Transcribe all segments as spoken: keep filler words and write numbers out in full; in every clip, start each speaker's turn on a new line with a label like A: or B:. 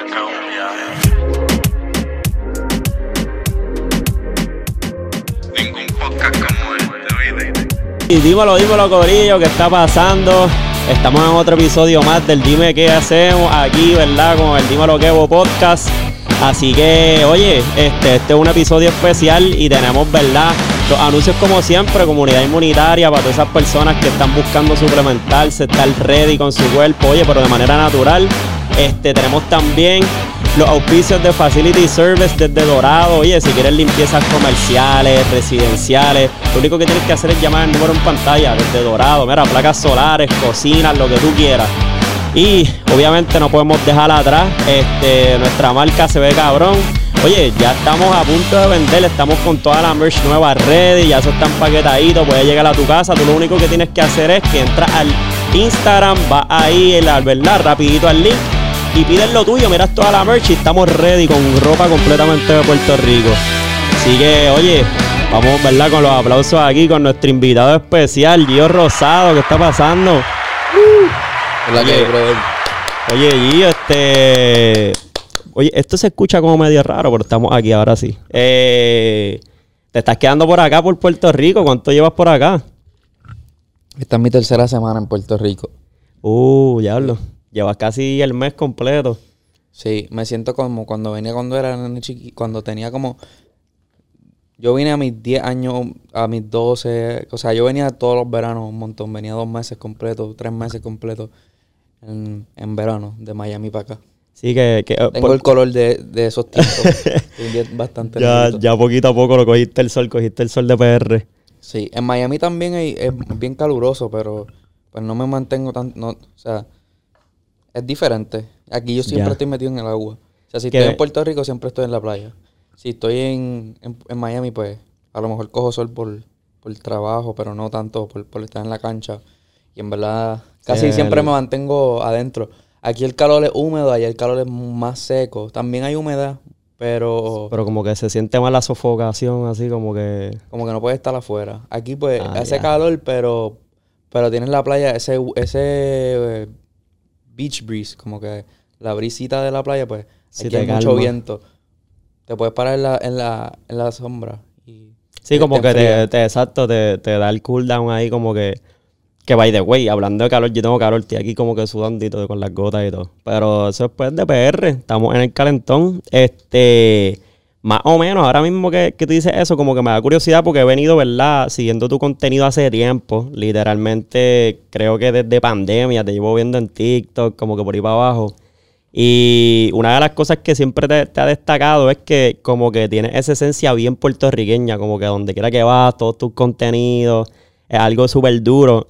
A: marca un viaje. Ningún podcast como este, ¿viste?
B: Y dímelo, dímelo, corillo, ¿qué está pasando? Estamos en otro episodio más del Dime Qué Hacemos aquí, ¿verdad? Con el Dímelo Quebo Podcast. Así que, oye, este, este es un episodio especial y tenemos, ¿verdad? Los anuncios como siempre, comunidad inmunitaria para todas esas personas que están buscando suplementarse, estar ready con su cuerpo, oye, pero de manera natural. Este, tenemos también los auspicios de Facility Service desde Dorado. Oye, si quieres limpiezas comerciales, residenciales, lo único que tienes que hacer es llamar al número en pantalla desde Dorado. Mira, placas solares, cocinas, lo que tú quieras. Y obviamente no podemos dejar atrás este, nuestra marca Se Ve Cabrón. Oye, ya estamos a punto de vender, estamos con toda la merch nueva ready, ya eso está empaquetadito, puedes llegar a tu casa. Tú lo único que tienes que hacer es que entras al Instagram, vas ahí, la verdad, rapidito al link y pides lo tuyo, miras toda la merch y estamos ready con ropa completamente de Puerto Rico. Así que, oye, vamos, ¿verdad? Con los aplausos aquí con nuestro invitado especial, Gio Rosado. ¿Qué está pasando?
C: Hola,
B: oye,
C: que, brother.
B: Oye, Gio, este... Oye, esto se escucha como medio raro, pero estamos aquí ahora sí. Eh, ¿Te estás quedando por acá, por Puerto Rico? ¿Cuánto llevas por acá?
C: Esta es mi tercera semana en Puerto Rico.
B: Uh, diablo. Llevas casi el mes completo.
C: Sí, me siento como cuando venía cuando era nene chiqui, cuando tenía como... Yo vine a mis diez años, a mis doce... O sea, yo venía todos los veranos un montón. Venía dos meses completos, tres meses completos en, en verano, de Miami para acá.
B: Sí, que... que
C: Tengo
B: por...
C: el color de, de esos tiempos. Bastante
B: ya,
C: lindo.
B: ya poquito a poco lo cogiste el sol, cogiste el sol de P R.
C: Sí, en Miami también hay, es bien caluroso, pero pues no me mantengo tan... No, o sea, es diferente. Aquí yo siempre
B: ya.
C: estoy metido en el agua. O sea, si
B: ¿Qué?
C: estoy en Puerto Rico, siempre estoy en la playa. Si estoy en, en, en Miami, pues a lo mejor cojo sol por, por el trabajo, pero no tanto por, por estar en la cancha. Y en verdad, casi
B: Sí,
C: siempre
B: el...
C: me mantengo adentro. Aquí el calor es húmedo, allá el calor es más seco. También hay humedad, pero...
B: Pero como que se siente más la sofocación, así como que...
C: Como que no puedes estar afuera. Aquí pues
B: Ah,
C: hace
B: ya.
C: calor, pero pero tienes la playa, ese ese eh, beach breeze, como que la brisita de la playa, pues
B: Sí,
C: aquí
B: te
C: hay mucho
B: calma.
C: viento. Te puedes parar en la, en la, en la sombra. Y
B: Sí,
C: te-
B: como
C: te
B: que te,
C: enfría.
B: te, exacto, te, te da el cooldown ahí como que... Que by the way, hablando de calor, yo tengo calor, estoy aquí como que sudandito con las gotas y todo. Pero eso es pues de P R, estamos en el calentón. Este, más o menos, ahora mismo que, que tú dices eso, como que me da curiosidad porque he venido, ¿verdad? Siguiendo tu contenido hace tiempo. Literalmente, creo que desde pandemia te llevo viendo en TikTok, como que por ahí para abajo. Y una de las cosas que siempre te, te ha destacado es que como que tienes esa esencia bien puertorriqueña, como que donde quiera que vas, todos tus contenidos, es algo súper duro.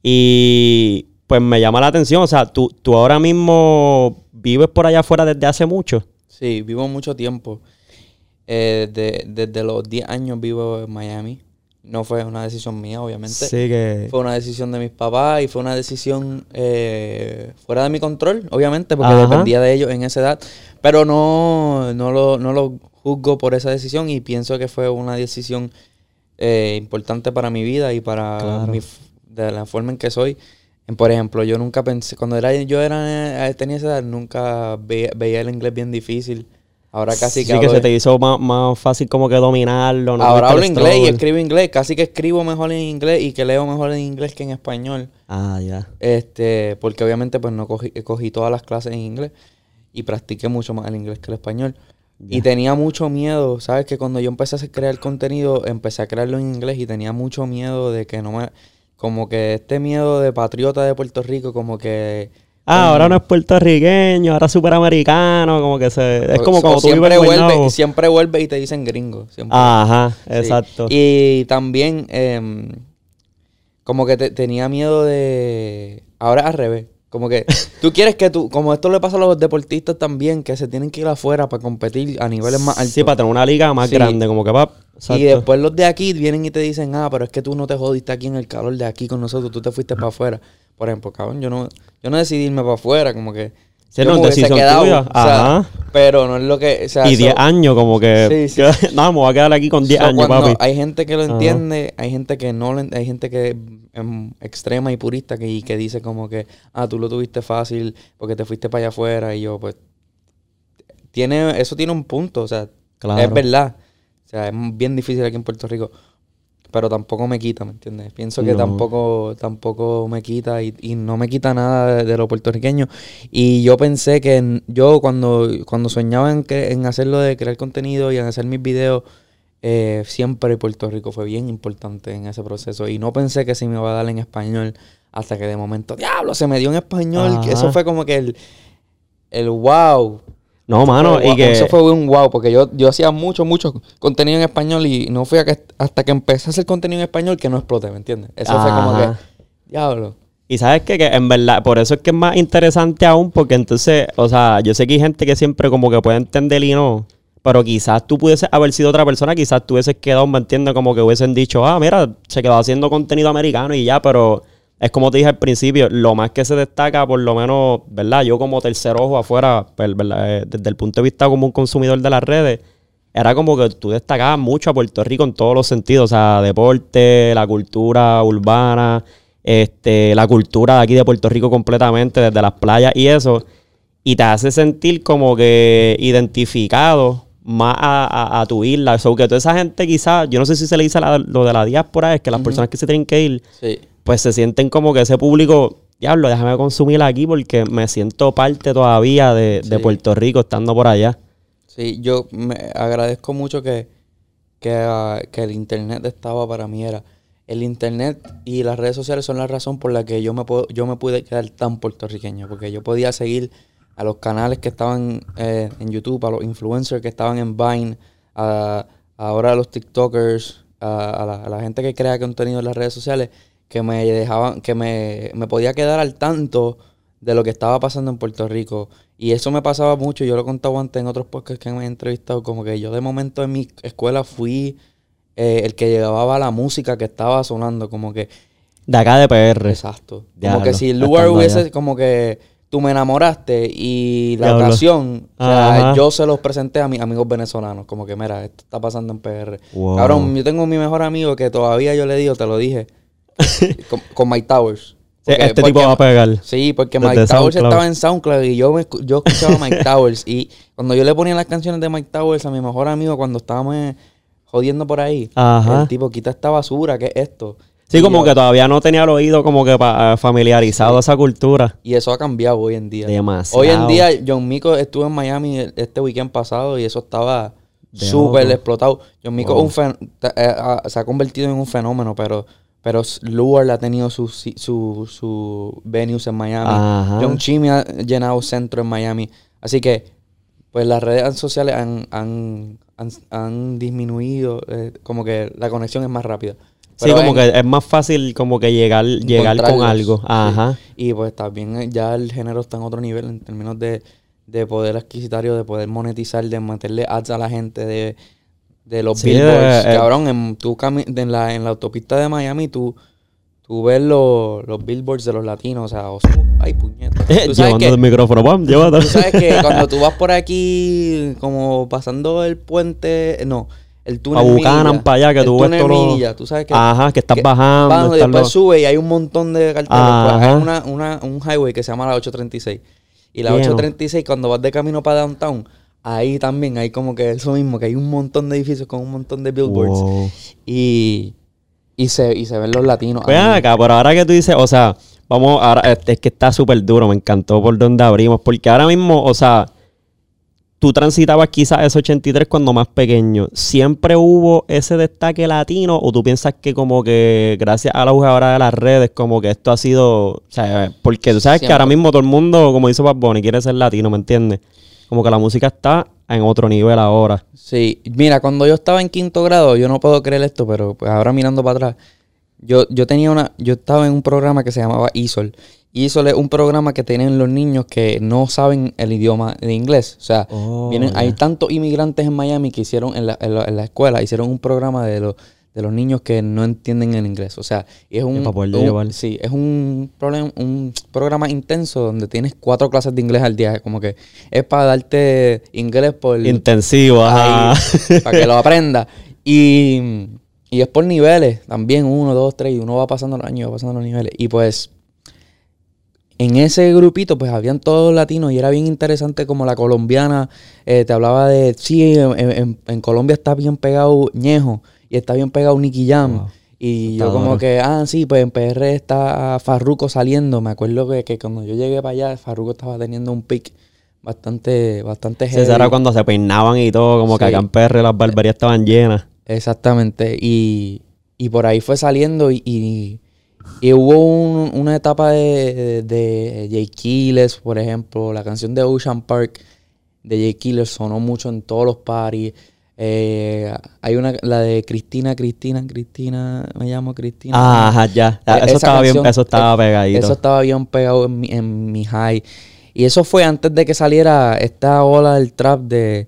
B: Y pues me llama la atención, o sea, tú, tú ahora mismo vives por allá afuera desde hace mucho.
C: Sí, vivo mucho tiempo. Eh, de- desde los diez años vivo en Miami. No fue una decisión mía, obviamente.
B: Sí que...
C: Fue una decisión de mis papás y fue una decisión eh, fuera de mi control, obviamente, porque
B: Ajá.
C: dependía de ellos en esa edad. Pero no, no, lo, no lo juzgo por esa decisión y pienso que fue una decisión eh, importante para mi vida y para
B: Claro.
C: mi, f- de la forma en que soy. En, por ejemplo, yo nunca pensé, cuando era, yo era, eh, tenía esa edad, nunca veía, veía el inglés bien difícil. Ahora casi
B: sí
C: que
B: que
C: hablo,
B: se te hizo más, más fácil como que dominarlo. ¿No?
C: ahora
B: Viste
C: hablo
B: el
C: inglés y
B: struggle.
C: escribo inglés. Casi que escribo mejor en inglés y que leo mejor en inglés que en español.
B: Ah, ya.
C: Este, porque obviamente pues no cogí, cogí todas las clases en inglés y practiqué mucho más el inglés que el español.
B: Ya.
C: Y tenía mucho miedo, ¿sabes? Que cuando yo empecé a crear contenido, empecé a crearlo en inglés y tenía mucho miedo de que no me... Como que este miedo de patriota de Puerto Rico, como que...
B: Ah, ahora no
C: como-
B: es puertorriqueño, ahora es superamericano, como que se... Es como
C: o
B: cuando tú vives
C: siempre
B: en
C: vuelve,
B: Guaynabo.
C: siempre vuelve y te dicen gringo. Siempre.
B: Ajá,
C: Sí.
B: exacto.
C: Y también em, como que te- tenía miedo de... Ahora al revés. Como que tú quieres que tú... Como esto le pasa a los deportistas también, que se tienen que ir afuera para competir a niveles más altos.
B: Sí, para tener una liga más
C: Sí.
B: grande, como que va...
C: Y después los de aquí vienen y te dicen, ah, pero es que tú no te jodiste aquí en el calor de aquí con nosotros, tú te fuiste para afuera. Por ejemplo, cabrón, yo no, yo no decidí irme para afuera, como que...
B: Sí,
C: yo
B: no,
C: me hubiese
B: decisión
C: quedado,
B: tuya.
C: o sea,
B: Ajá.
C: pero no es lo que... O sea,
B: Y
C: so-
B: diez años, como que...
C: Sí, sí.
B: que- no, me voy a quedar aquí con diez
C: so,
B: años,
C: cuando
B: papi.
C: hay gente que lo
B: Ajá.
C: entiende, hay gente que no lo en- hay gente que es em, extrema y purista que, y que dice como que, ah, tú lo tuviste fácil porque te fuiste para allá afuera y yo, pues, tiene, eso tiene un punto, o sea,
B: Claro.
C: es verdad. O sea, es bien difícil aquí en Puerto Rico. Pero tampoco me quita, ¿me entiendes? Pienso que
B: No.
C: tampoco, tampoco me quita y, y no me quita nada de, de lo puertorriqueño. Y yo pensé que en- yo cuando, cuando soñaba en, que, en hacerlo de crear contenido y en hacer mis videos, eh, siempre Puerto Rico fue bien importante en ese proceso. Y no pensé que se me iba a dar en español hasta que de momento, diablo, se me dio en español.
B: Ajá.
C: Eso fue como que el, el wow.
B: No, mano,
C: Fue
B: y
C: guau-
B: que...
C: Eso fue un wow, porque yo, yo hacía mucho, mucho contenido en español y no fui a que, hasta que empecé a hacer contenido en español que no exploté, ¿me entiendes? Eso fue como
B: Ajá.
C: que, diablo.
B: Y sabes qué? Que en verdad, por eso es que es más interesante aún, porque entonces, o sea, yo sé que hay gente que siempre como que puede entender y no, pero quizás tú pudieses haber sido otra persona, quizás tú hubieses quedado, ¿me entiendes? Como que hubiesen dicho, ah, mira, se quedó haciendo contenido americano y ya, pero es como te dije al principio, lo más que se destaca, por lo menos, ¿verdad? Yo como tercer ojo afuera, pues, ¿verdad? Eh, desde el punto de vista como un consumidor de las redes, era como que tú destacabas mucho a Puerto Rico en todos los sentidos, o sea, deporte, la cultura urbana, este, la cultura de aquí de Puerto Rico completamente, desde las playas y eso, y te hace sentir como que identificado más a, a- a tu isla. So, que toda esa gente quizás, yo no sé si se le dice la- lo de la diáspora, es que las
C: Ujú.
B: personas que se tienen que ir,
C: Sí.
B: pues se sienten como que ese público, diablo, déjame consumir aquí porque me siento parte todavía de, de
C: Sí.
B: Puerto Rico estando por allá.
C: Sí, yo me agradezco mucho que, que, ah, que el internet estaba para mí. Era el internet y las redes sociales son la razón por la que yo me puedo, yo me pude quedar tan puertorriqueño, porque yo podía seguir a los canales que estaban eh, en YouTube, a los influencers que estaban en Vine, a, ahora a los TikTokers, a, a la, a la gente que crea contenido en las redes sociales, que me dejaban, que me, me podía quedar al tanto de lo que estaba pasando en Puerto Rico. Y eso me pasaba mucho, yo lo he contado antes en otros podcasts que me he entrevistado, como que yo de momento en mi escuela fui eh, el que llevaba la música que estaba sonando, como que,
B: De acá de P R.
C: exacto. Como
B: Diablo,
C: que si el lugar
B: estando
C: hubiese,
B: allá.
C: como que tú me enamoraste y la
B: Diablo.
C: ocasión, o sea,
B: Ajá.
C: yo se los presenté a mis amigos venezolanos, como que mira, esto está pasando en P R.
B: Wow.
C: Cabrón, yo tengo mi mejor amigo que todavía yo le digo, te lo dije, con, con Mike Towers.
B: Sí,
C: Porque-
B: este tipo
C: porque-
B: va a pegar.
C: Sí, porque
B: Desde
C: Mike Towers
B: SoundCloud.
C: estaba en SoundCloud y yo, me, escu- yo escuchaba a Mike Towers. Y cuando yo le ponía las canciones de Mike Towers a mi mejor amigo cuando estábamos eh, jodiendo por ahí,
B: Ajá.
C: el tipo, quita esta basura, ¿qué es esto?
B: Sí,
C: Y
B: como
C: yo-
B: que todavía no tenía el oído como que pa- familiarizado a esa cultura.
C: Y eso ha cambiado hoy en día.
B: Demasiado.
C: Hoy en día, John Mico estuvo en Miami el- este weekend pasado y eso estaba
B: De
C: súper
B: loco.
C: explotado. John Mico
B: Wow.
C: un fen- ta- eh, ah, se ha convertido en un fenómeno, pero, pero Luar ha tenido sus su, su, su venues en Miami.
B: Ajá.
C: John Chimmy ha llenado centro en Miami. Así que, pues las redes sociales han, han, han, han disminuido, eh, como que la conexión es más rápida.
B: Sí,
C: Pero
B: como
C: en-
B: que es más fácil como que llegar, llegar con
C: encontrarlos,
B: algo.
C: sí.
B: Ajá.
C: Y pues también eh, ya el género está en otro nivel en términos de, de poder adquisitorio, de poder monetizar, de meterle ads a la gente, de, de los
B: Sí,
C: billboards.
B: de- eh,
C: Cabrón, en, tú cami- de- en, la, en la autopista de Miami, tú, tú ves los, los billboards de los latinos, o sea, o- ay, puñeta. Tú sabes
B: Llevando
C: que,
B: el micrófono, pam, llévatelo.
C: tú sabes que cuando tú vas por aquí, como pasando el puente, no, el túnel
B: Pa' Buchanan,
C: Minilla,
B: pa' allá, que
C: el
B: tú ves
C: túnel
B: todo lo-
C: Minilla, tú sabes que
B: Ajá, que estás
C: que
B: bajando.
C: bajo y
B: estás
C: después
B: lo-
C: sube y hay un montón de carteles. Pues
B: Ajá.
C: hay una, una, un highway que se llama la ocho treinta y seis. Y la
B: Lleno.
C: ocho treinta y seis, cuando vas de camino para downtown, ahí también hay como que eso mismo, que hay un montón de edificios con un montón de billboards.
B: Wow.
C: Y, y, se, y se ven los latinos.
B: Ven
C: ahí.
B: acá, pero ahora que tú dices, o sea, vamos, ahora, este, es que está súper duro, me encantó por donde abrimos, porque ahora mismo, o sea, tú transitabas quizás ese ochenta y tres cuando más pequeño. ¿Siempre hubo ese destaque latino o tú piensas que como que gracias a la auge ahora de las redes, como que esto ha sido, o sea, porque tú sabes que
C: Siempre.
B: ahora mismo todo el mundo, como dice Bad Bunny, quiere ser latino, ¿me entiendes? Como que la música está en otro nivel ahora.
C: Sí, mira, cuando yo estaba en quinto grado, yo no puedo creer esto, pero pues ahora mirando para atrás, yo, yo tenía una, yo estaba en un programa que se llamaba I S O L. I S O L es un programa que tienen los niños que no saben el idioma de inglés. O sea,
B: Oh,
C: vienen,
B: ya.
C: hay tantos inmigrantes en Miami que hicieron en la, en la, en la escuela, hicieron un programa de los de los niños que no entienden el inglés. O sea, y es un,
B: para poderlo
C: un-
B: llevar.
C: sí, es un problema, un programa intenso donde tienes cuatro clases de inglés al día. Como que es para darte inglés por
B: Intensivo, ajá.
C: ahí, para que lo aprenda. Y, y es por niveles también, uno, dos, tres, y uno va pasando los años, va pasando los niveles. Y pues, en ese grupito, pues habían todos latinos y era bien interesante como la colombiana eh, te hablaba de, sí, en, en, en Colombia está bien pegado Ñejo y está bien pegado Nicky Jam. Wow. Y
B: Está
C: yo como
B: duro.
C: que, ah, sí, pues en P R está Farruko saliendo. Me acuerdo que, que cuando yo llegué para allá, Farruko estaba teniendo un pick bastante, bastante
B: Sí,
C: heavy.
B: eso era cuando se peinaban y todo, como que
C: Sí.
B: acá en P R las barberías estaban llenas.
C: Exactamente. Y, y por ahí fue saliendo y, y, y hubo un- una etapa de, de, de Jay Killers, por ejemplo. La canción de Ocean Park de Jay Killers sonó mucho en todos los parties. Eh, hay una, la de Cristina, Cristina, Cristina, me llamo Cristina.
B: Ah, ajá, ya. Ya,
C: Eh,
B: eso
C: esa
B: estaba bien,
C: canción,
B: eso estaba
C: eh,
B: pegadito.
C: Eso estaba bien pegado en mi, en mi high. Y eso fue antes de que saliera esta ola del trap de,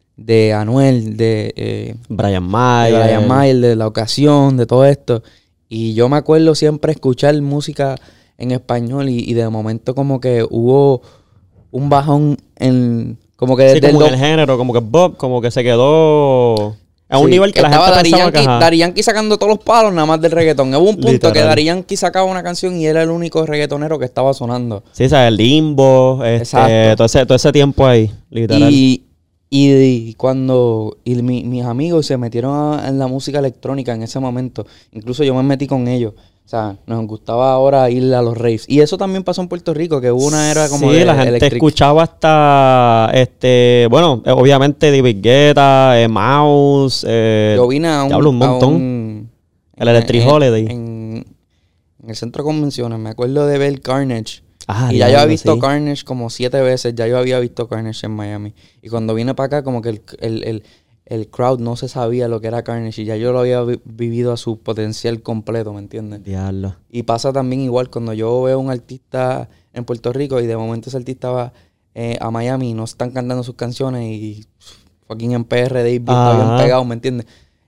C: de Anuel, de, eh,
B: Brian
C: de
B: Mayer.
C: Brian Mayer, de La Ocasión, de todo esto. Y yo me acuerdo siempre escuchar música en español y, y de momento como que hubo un bajón en... Como que
B: Sí,
C: desde
B: como
C: el
B: en el género, como que Bob, como que se quedó a un
C: Sí,
B: nivel que la
C: estaba
B: gente
C: Daddy
B: pensaba que
C: Yankee,
B: ajá.
C: Daddy Yankee sacando todos los palos nada más del reggaetón. Hubo un punto
B: Literal.
C: que Daddy Yankee sacaba una canción y era el único reggaetonero que estaba sonando.
B: Sí, sabes, el Limbo, este,
C: Exacto.
B: todo ese, todo ese tiempo ahí, literal.
C: Y, y, y cuando y mi- mis amigos se metieron a- en la música electrónica en ese momento, incluso yo me metí con ellos. O sea, nos gustaba ahora ir a los raves. Y eso también pasó en Puerto Rico, que hubo una era como
B: sí,
C: de
B: la gente
C: electric.
B: escuchaba hasta, este, bueno, eh, obviamente David Guetta, eh, Mouse, eh,
C: Yo vine a un...
B: diablo, un
C: a
B: montón.
C: un-
B: El Electric
C: en-
B: Holiday.
C: En, en el centro de convenciones, me acuerdo de ver Carnage.
B: Ah,
C: Y ya yo
B: diablo,
C: había visto
B: sí.
C: Carnage como siete veces. Ya yo había visto Carnage en Miami. Y cuando vine para acá, como que el, el, el, el crowd no se sabía lo que era Carnage. Y ya yo lo había vi- vivido a su potencial completo, ¿me entiendes?
B: Diablo.
C: Y pasa también igual cuando yo veo a un artista en Puerto Rico y de momento ese artista va eh, a Miami y no están cantando sus canciones y fucking en P R David está bien
B: Ajá.
C: pegado, ¿me entiendes?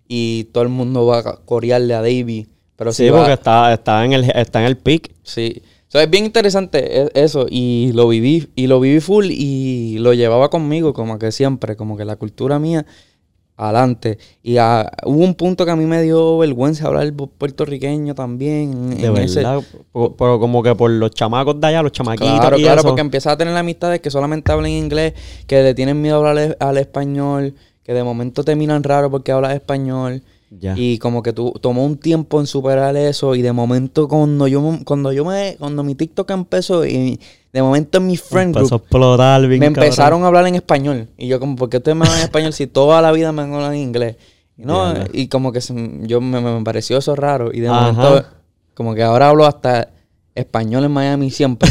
C: Y todo el mundo va a corearle a David. Pero
B: Sí,
C: si va-
B: porque está, está en el, está en el peak.
C: Sí. O sea, es bien interesante e- eso y lo viví y lo viví full y lo llevaba conmigo como que siempre, como que la cultura mía adelante. Y ah, hubo un punto que a mí me dio vergüenza hablar pu- puertorriqueño también.
B: De
C: en ese-
B: verdad. Por- Pero como que por los chamacos de allá, los chamaquitos
C: Claro,
B: y
C: claro,
B: eso.
C: porque empezaba a tener amistades que solamente hablan inglés, que le tienen miedo a hablar al español, que de momento te miran raro porque hablas español.
B: Ya.
C: Y como que tú tomó un tiempo en superar eso y de momento cuando yo cuando yo me cuando mi TikTok empezó y de momento en mi friend
B: Empezó a
C: group
B: explotar bien
C: me
B: cabrón.
C: empezaron a hablar en español y yo como ¿por qué ustedes me hablan en español si toda la vida me hablan en inglés? Y no,
B: Diablo.
C: y como que se- yo me, me pareció eso raro y de
B: Ajá.
C: momento como que ahora hablo hasta español en Miami siempre.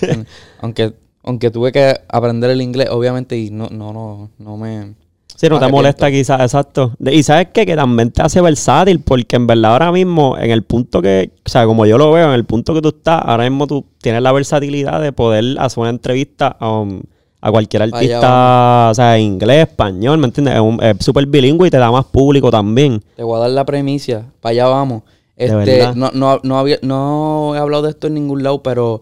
C: aunque aunque tuve que aprender el inglés obviamente y no no no no me
B: Sí, no te
C: arrepiento.
B: molesta quizás, exacto. De- Y sabes qué? Que también te hace versátil, porque en verdad ahora mismo, en el punto que, o sea, como yo lo veo, en el punto que tú estás, ahora mismo tú tienes la versatilidad de poder hacer una entrevista um, a cualquier
C: Allá
B: artista, o sea, en inglés, español, ¿me entiendes? Es un- es súper bilingüe y te da más público también.
C: Te voy a dar la premisa, para allá vamos.
B: De
C: Este,
B: verdad.
C: no, no, no, había, no he hablado de esto en ningún lado, pero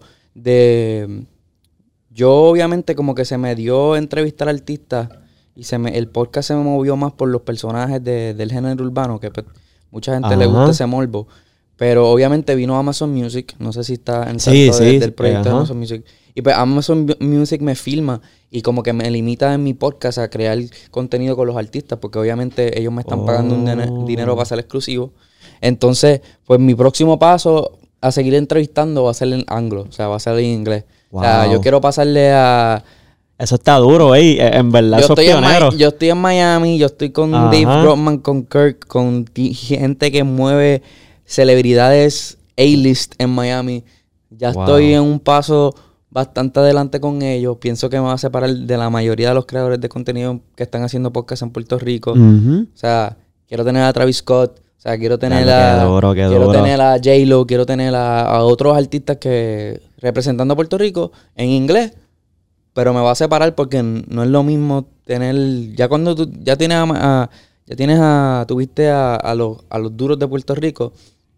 C: de yo obviamente como que se me dio entrevistar artistas y se me, el podcast se me movió más por los personajes de- del género urbano, que pues, mucha gente le
B: Ajá.
C: gusta ese morbo. Pero obviamente vino Amazon Music, no sé si está en
B: Sí,
C: tanto de-
B: sí,
C: del proyecto de
B: ajá.
C: Amazon Music. Y pues Amazon Bu- Music me filma y como que me limita en mi podcast a crear contenido con los artistas, porque obviamente ellos me están pagando un dine-
B: Oh.
C: dinero para ser exclusivo. Entonces, pues mi próximo paso a seguir entrevistando va a ser en anglo, o sea, va a ser en inglés. O sea,
B: Wow.
C: yo quiero pasarle a...
B: Eso está duro, ey. Eh, En verdad,
C: Yo
B: esos
C: estoy, en Mi-
B: pioneros.
C: yo estoy en Miami, yo estoy con
B: Ajá.
C: Dave Grossman, con Kirk, con ti- gente que mueve celebridades A-list en Miami. Ya
B: Wow.
C: estoy en un paso bastante adelante con ellos. Pienso que me va a separar de la mayoría de los creadores de contenido que están haciendo podcast en Puerto Rico.
B: Ujú.
C: O sea, quiero tener a Travis Scott. O sea, quiero tener
B: Claro,
C: a...
B: qué duro, qué
C: quiero
B: duro.
C: tener a J-Lo. Quiero tener a, a otros artistas que... representando a Puerto Rico en inglés. Pero me va a separar porque n- no es lo mismo tener... Ya cuando tú... Ya tienes a... a- ya tienes a... Tuviste a, a, los, a los duros de Puerto Rico.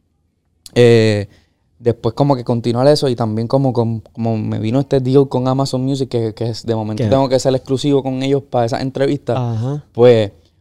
C: Eh... Después como que continuar eso y también como, como, como me vino este deal con Amazon Music que, que es, de momento
B: ¿Qué?
C: tengo que ser exclusivo con ellos para esas entrevistas.
B: Ajá.
C: Pues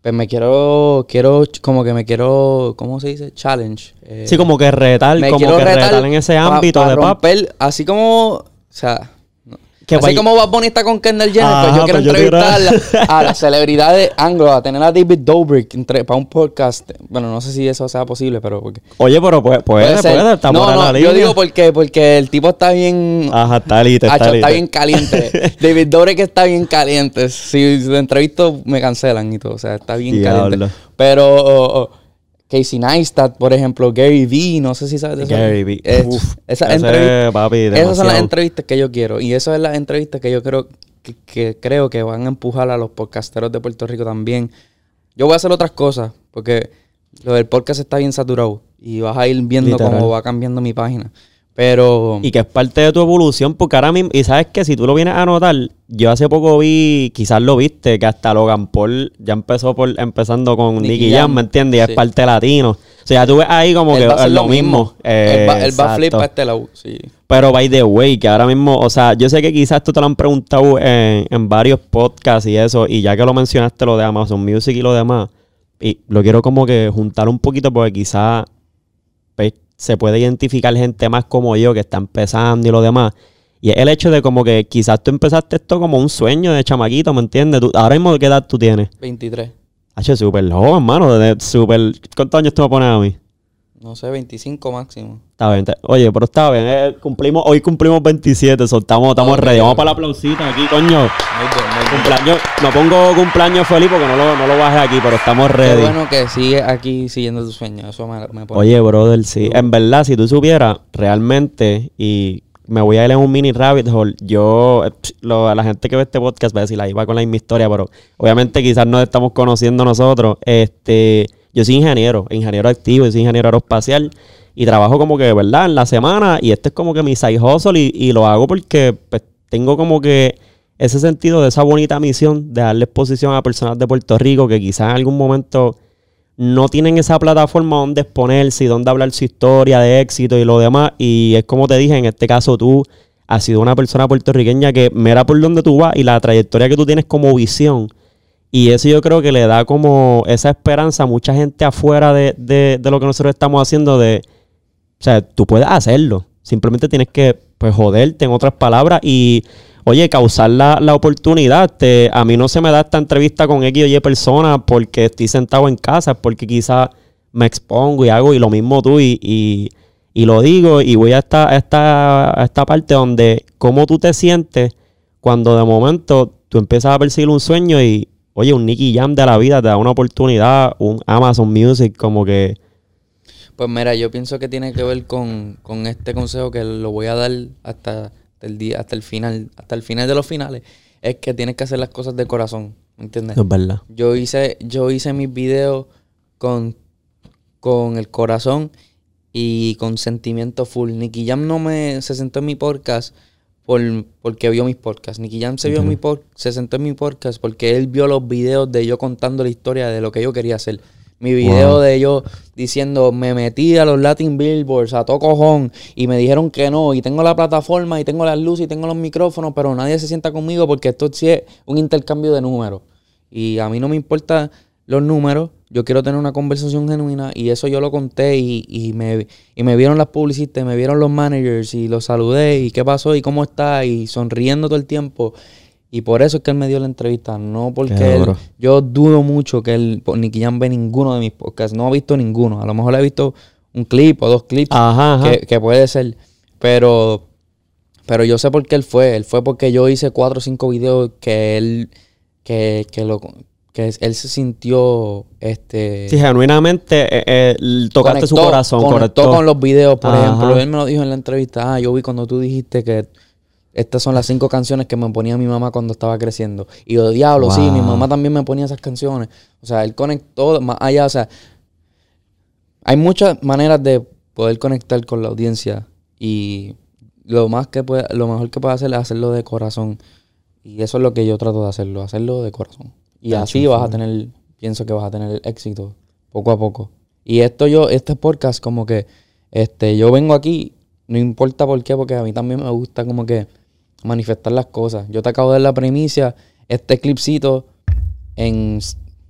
C: Pues me quiero, quiero, como que me quiero, ¿cómo se dice? Challenge. Eh,
B: Sí, como que retar,
C: me
B: como
C: quiero
B: que retar,
C: retar
B: en ese
C: pa-
B: ámbito
C: pa
B: de pop.
C: romper, así como, o sea, no-
B: Que
C: así
B: vaya-
C: como Bad Bunny está con Kendall Jenner, pues
B: Ajá,
C: yo quiero
B: pues yo quiero-
C: entrevistar a las celebridades anglo, a tener a David Dobrik entre, para un podcast. Bueno, no sé si eso sea posible, pero porque,
B: Oye, pero puede, puede,
C: puede ser.
B: puede, está
C: no,
B: por ahí
C: no,
B: la
C: yo
B: línea.
C: digo porque, porque el tipo está bien,
B: Ajá, está lite, está
C: Hacho,
B: lite.
C: está bien caliente. David Dobrik está bien caliente. Si lo entrevisto, me cancelan y todo. O sea, está bien
B: Diablo.
C: caliente. Pero oh, oh, Casey Neistat, por ejemplo, Gary Vee, no sé si sabes de eso.
B: Gary Vee.
C: Es-
B: Uf,
C: esas
B: ese
C: entrevistas,
B: papi,
C: esas son las
B: demasiado.
C: entrevistas que yo quiero. Y esas son las entrevistas que yo creo que, que creo que van a empujar a los podcasteros de Puerto Rico también. Yo voy a hacer otras cosas, porque lo del podcast está bien saturado. Y vas a ir viendo
B: Literal.
C: cómo va cambiando mi página. Pero...
B: Y que es parte de tu evolución, porque ahora mismo, y sabes que si tú lo vienes a notar, yo hace poco vi, quizás lo viste, que hasta Logan Paul ya empezó por empezando con
C: Nicky
B: Nicky
C: Jam,
B: Jam, ¿me entiendes? Y
C: sí.
B: es parte latino. O sea, ya tú ves ahí como
C: él
B: que
C: va a hacer
B: es lo mismo.
C: Él va, él va a flip
B: Exacto.
C: para este lado, sí.
B: Pero by the way, que ahora mismo, o sea, yo sé que quizás esto te lo han preguntado en, en varios podcasts y eso, y ya que lo mencionaste lo de Amazon Music y lo demás, y lo quiero como que juntar un poquito porque quizás pues, se puede identificar gente más como yo que está empezando y lo demás. Y es el hecho de como que quizás tú empezaste esto como un sueño de chamaquito, ¿me entiendes? Tú, ahora mismo, ¿qué edad tú tienes?
C: veintitrés.
B: H, súper joven, mano, de súper... ¿Cuántos años tú me pones a mí?
C: No sé, veinticinco máximo.
B: Está bien, está- oye, pero está bien, eh, cumplimos, hoy cumplimos veintisiete, so, estamos, estamos
C: Ok,
B: ready. Vamos
C: ok.
B: para el aplausito aquí, coño.
C: Muy bien, muy bien.
B: Cumpleaños, no pongo cumpleaños feliz porque no lo, no lo bajé aquí, pero estamos
C: Qué
B: ready.
C: bueno que sigue aquí siguiendo tu sueño. Eso me, me pone.
B: Oye, brother, sí. En verdad, si tú supieras realmente, y me voy a ir en un mini rabbit hole, yo, eh, pss, lo- a la gente que ve este podcast va a decir, ahí va con la misma historia, pero obviamente quizás nos estamos conociendo nosotros. Este, yo soy ingeniero, ingeniero activo, yo soy ingeniero aeroespacial y trabajo como que, ¿verdad? En la semana y este es como que mi side hustle y, y lo hago porque pues, tengo como que ese sentido de esa bonita misión de darle exposición a personas de Puerto Rico que quizás en algún momento no tienen esa plataforma donde exponerse y donde hablar su historia de éxito y lo demás. Y es como te dije, en este caso tú has sido una persona puertorriqueña que mira por donde tú vas y la trayectoria que tú tienes como visión. Y eso yo creo que le da como esa esperanza a mucha gente afuera de, de, de lo que nosotros estamos haciendo de... O sea, tú puedes hacerlo. Simplemente tienes que, pues, joderte, en otras palabras, y, oye, causar la, la oportunidad. Te, a mí no se me da esta entrevista con X o Y personas porque estoy sentado en casa, porque quizás me expongo y hago, y lo mismo tú, y, y, y lo digo, y voy a esta, a esta, a esta parte donde cómo tú te sientes cuando de momento tú empiezas a perseguir un sueño y, oye, un Nicky Jam de la vida te da una oportunidad, un Amazon Music, como que...
C: Pues mira, yo pienso que tiene que ver con, con este consejo que lo voy a dar hasta el día, hasta el final, hasta el final de los finales. Es que tienes que hacer las cosas de corazón, ¿me entiendes?
B: Es verdad.
C: Yo hice, yo hice mis videos con, con el corazón y con sentimiento full. Nicky Jam no me se sentó en mi podcast por, porque vio mis podcasts. Nicky Jam se, vio
B: Ujú.
C: mi pod- se sentó en mi podcast porque él vio los videos de yo contando la historia de lo que yo quería hacer. Mi video
B: Wow.
C: de yo diciendo, me metí a los Latin Billboards a todo cojón y me dijeron que no, y tengo la plataforma y tengo las luces y tengo los micrófonos, pero nadie se sienta conmigo porque esto sí es un intercambio de números. Y a mí no me importan los números, yo quiero tener una conversación genuina y eso yo lo conté y, y, me, y me vieron las publicistas, me vieron los managers y los saludé y qué pasó y cómo está y sonriendo todo el tiempo. Y por eso es que él me dio la entrevista, no porque
B: Qué
C: él,
B: duro.
C: yo dudo mucho que él, por Nicky Jam ve ninguno de mis podcasts, no ha visto ninguno, a lo mejor he visto un clip o dos clips
B: Ajá, ajá.
C: que, que puede ser, pero, pero yo sé por qué él fue, él fue porque yo hice cuatro o cinco videos que él, que, que lo, que él se sintió, este...
B: Sí, genuinamente eh, eh, tocaste su
C: conectó-
B: corazón,
C: conectó
B: conectó.
C: con los videos, por
B: Ajá.
C: ejemplo. Él me lo dijo en la entrevista. Ah, yo vi cuando tú dijiste que estas son las cinco canciones que me ponía mi mamá cuando estaba creciendo. Y yo, diablo, sí,
B: Wow.
C: mi mamá también me ponía esas canciones. O sea, él conectó más allá. O sea, hay muchas maneras de poder conectar con la audiencia. Y lo más que puede, lo mejor que puede hacer es hacerlo de corazón. Y eso es lo que yo trato de hacerlo, hacerlo de corazón. Y
B: Tacho,
C: así vas a
B: full.
C: tener, pienso que vas a tener éxito poco a poco. Y esto yo, este podcast como que, este, yo vengo aquí, no importa por qué, porque a mí también me gusta como que manifestar las cosas. Yo te acabo de dar la primicia, este clipcito en,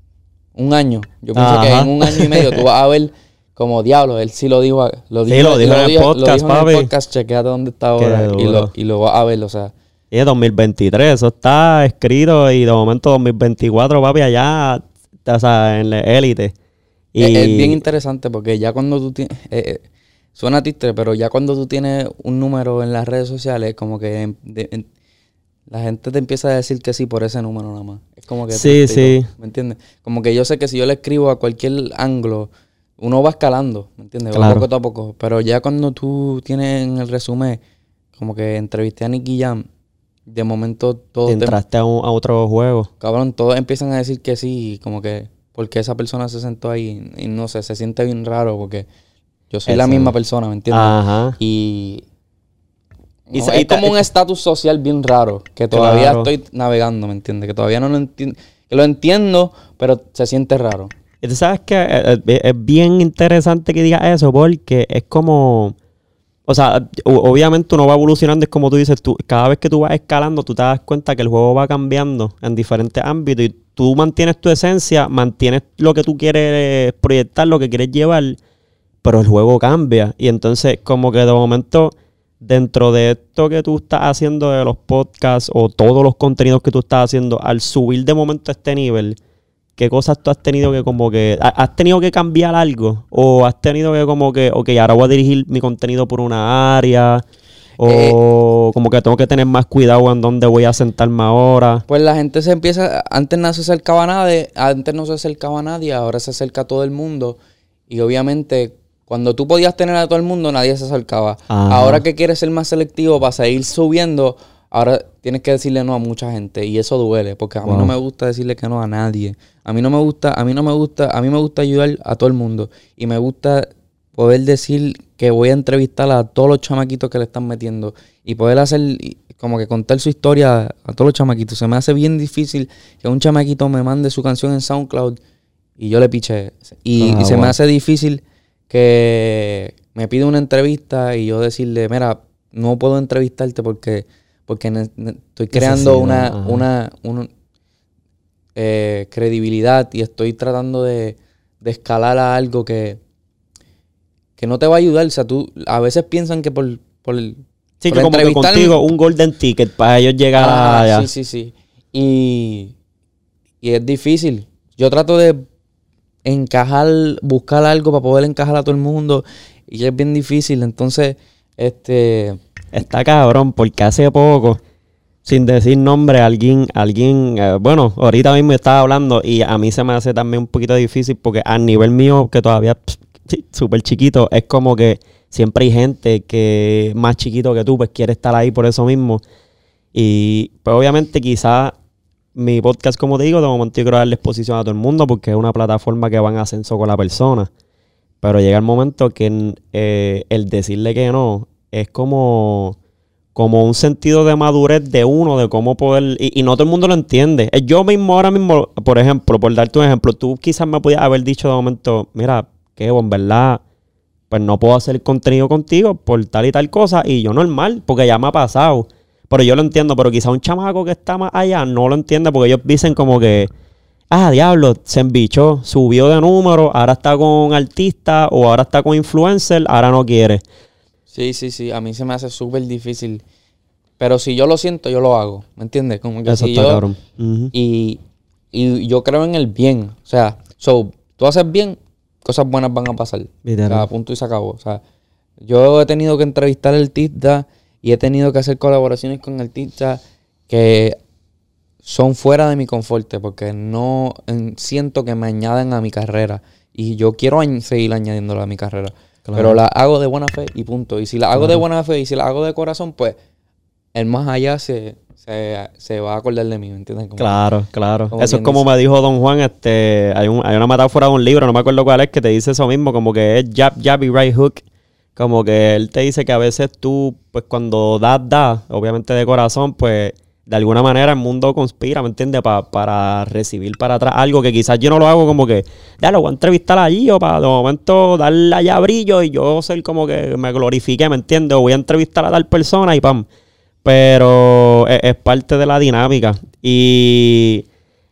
C: un año. Yo pienso
B: Ajá.
C: que en un año y medio tú vas a ver como diablo. Él sí lo dijo. Lo
B: Sí,
C: dijo,
B: lo dijo en el
C: dijo-
B: podcast,
C: lo dijo en
B: papi.
C: el podcast. Chequéate dónde está
B: Qué
C: ahora. Y
B: duro.
C: lo, y lo vas a ver, o sea.
B: Y es dos mil veintitrés, eso está escrito y de momento dos mil veinticuatro, papi, allá, o sea, en la élite. Y
C: Es, es bien interesante porque ya cuando tú tienes... Eh, eh, suena triste, pero ya cuando tú tienes un número en las redes sociales, como que en- de- en- la gente te empieza a decir que sí por ese número nada más. Es como que...
B: Sí,
C: triste y
B: sí.
C: todo, ¿me entiendes? Como que yo sé que si yo le escribo a cualquier ángulo, uno va escalando, ¿me entiendes? Va
B: Claro.
C: poco a poco. Pero ya cuando tú tienes en el resumen, como que entrevisté a Nicky Jam, de momento todo
B: te
C: te-
B: entraste a, un- a otro juego.
C: cabrón, todos empiezan a decir que sí, como que porque esa persona se sentó ahí y no sé, se siente bien raro porque yo soy la
B: Eso.
C: misma persona, ¿me entiendes?
B: Ajá.
C: Y,
B: Y
C: no,
B: se- y
C: es
B: ta-
C: como un estatus social bien raro que todavía
B: Claro.
C: estoy navegando, ¿me entiendes? Que todavía no lo entiendo, que lo entiendo, pero se siente raro.
B: Y tú sabes que eh, eh, es bien interesante que digas eso porque es como... O sea, o- obviamente uno va evolucionando, es como tú dices, tú, cada vez que tú vas escalando, tú te das cuenta que el juego va cambiando en diferentes ámbitos y tú mantienes tu esencia, mantienes lo que tú quieres proyectar, lo que quieres llevar, pero el juego cambia. Y entonces, como que de momento, dentro de esto que tú estás haciendo de los podcasts o todos los contenidos que tú estás haciendo, al subir de momento a este nivel, ¿qué cosas tú has tenido que como que... ha- ¿Has tenido que cambiar algo? ¿O has tenido que como que... Ok, ahora voy a dirigir mi contenido por una área. O como que tengo que tener más cuidado en dónde voy a sentarme ahora.
C: Pues la gente se empieza, antes no se acercaba a nadie, antes no se acercaba a nadie, ahora se acerca a todo el mundo. Y obviamente, cuando tú podías tener a todo el mundo, nadie se acercaba.
B: Ajá.
C: Ahora que quieres ser más selectivo para seguir subiendo, ahora tienes que decirle no a mucha gente. Y eso duele, porque a mí
B: Wow.
C: no me gusta decirle que no a nadie. A mí no me gusta, a mí no me gusta, a mí me gusta ayudar a todo el mundo. Y me gusta poder decir que voy a entrevistar a todos los chamaquitos que le están metiendo. Y poder hacer, y como que contar su historia a todos los chamaquitos. Se me hace bien difícil que un chamaquito me mande su canción en SoundCloud y yo le piche. Y,
B: Ah,
C: y se
B: wow.
C: me hace difícil que me pide una entrevista y yo decirle, mira, no puedo entrevistarte porque, porque ne- ne- estoy creando una,
B: Necesidad, ajá.
C: una, una eh, credibilidad y estoy tratando de, de escalar a algo que, que no te va a ayudar. O sea, tú a veces piensan que por, por el-
B: Sí,
C: por
B: que como que
C: entrevistarme-
B: contigo un golden ticket para ellos llegar
C: Ah,
B: allá.
C: sí, sí, sí. Y, y es difícil. Yo trato de encajar, buscar algo para poder encajar a todo el mundo. Y es bien difícil. Entonces, este...
B: Está cabrón, porque hace poco, sin decir nombre, alguien, alguien, eh, bueno, ahorita mismo estaba hablando y a mí se me hace también un poquito difícil porque a nivel mío, que todavía pss, sí, súper chiquito, es como que siempre hay gente que más chiquito que tú, pues quiere estar ahí por eso mismo. Y pues obviamente quizás mi podcast, como te digo, de momento yo quiero darle exposición a todo el mundo porque es una plataforma que va en ascenso con la persona. Pero llega el momento que eh, el decirle que no es como, como un sentido de madurez de uno, de cómo poder... Y, y no todo el mundo lo entiende. Eh, Yo mismo ahora mismo, por ejemplo, por darte un ejemplo, tú quizás me podías haber dicho de momento, mira, Kevo, en verdad, pues no puedo hacer contenido contigo por tal y tal cosa. Y yo normal, porque ya me ha pasado. Pero yo lo entiendo, pero quizás un chamaco que está más allá no lo entiende porque ellos dicen como que... Ah, diablo, se embichó, subió de número, ahora está con artista o ahora está con influencer, ahora no quiere.
C: Sí, sí, sí. A mí se me hace súper difícil. Pero si yo lo siento, yo lo hago. ¿Me entiendes? Como que
B: Eso
C: si
B: está
C: yo...
B: cabrón. Ujú.
C: Y, y yo creo en el bien. O sea, so, tú haces bien, cosas buenas van a pasar.
B: Literal.
C: O sea, punto y se acabó. O sea, yo he tenido que entrevistar artistas y he tenido que hacer colaboraciones con artistas que son fuera de mi confort porque no en- siento que me añaden a mi carrera. Y yo quiero añ- seguir añadiéndolo a mi carrera.
B: Claro.
C: Pero la hago de buena fe y punto. Y si la hago de
B: Claro.
C: buena fe y si la hago de corazón, pues el más allá se, se, se va a acordar de mí, ¿me entiendes? Como-
B: Claro, claro.
C: como
B: Eso es
C: quien
B: como
C: dice.
B: me dijo Don Juan, este, hay, un- hay una metáfora de un libro, no me acuerdo cuál es, que te dice eso mismo, como que es jab, jab y right hook. Como que él te dice que a veces tú, pues cuando das, das, obviamente de corazón, pues de alguna manera el mundo conspira, ¿me entiendes? Pa- para recibir para atrás algo que quizás yo no lo hago como que, ya lo voy a entrevistar allí o para de momento darle allá brillo y yo ser como que me glorifique, ¿me entiendes? O voy a entrevistar a tal persona y pam. Pero es, es parte de la dinámica. Y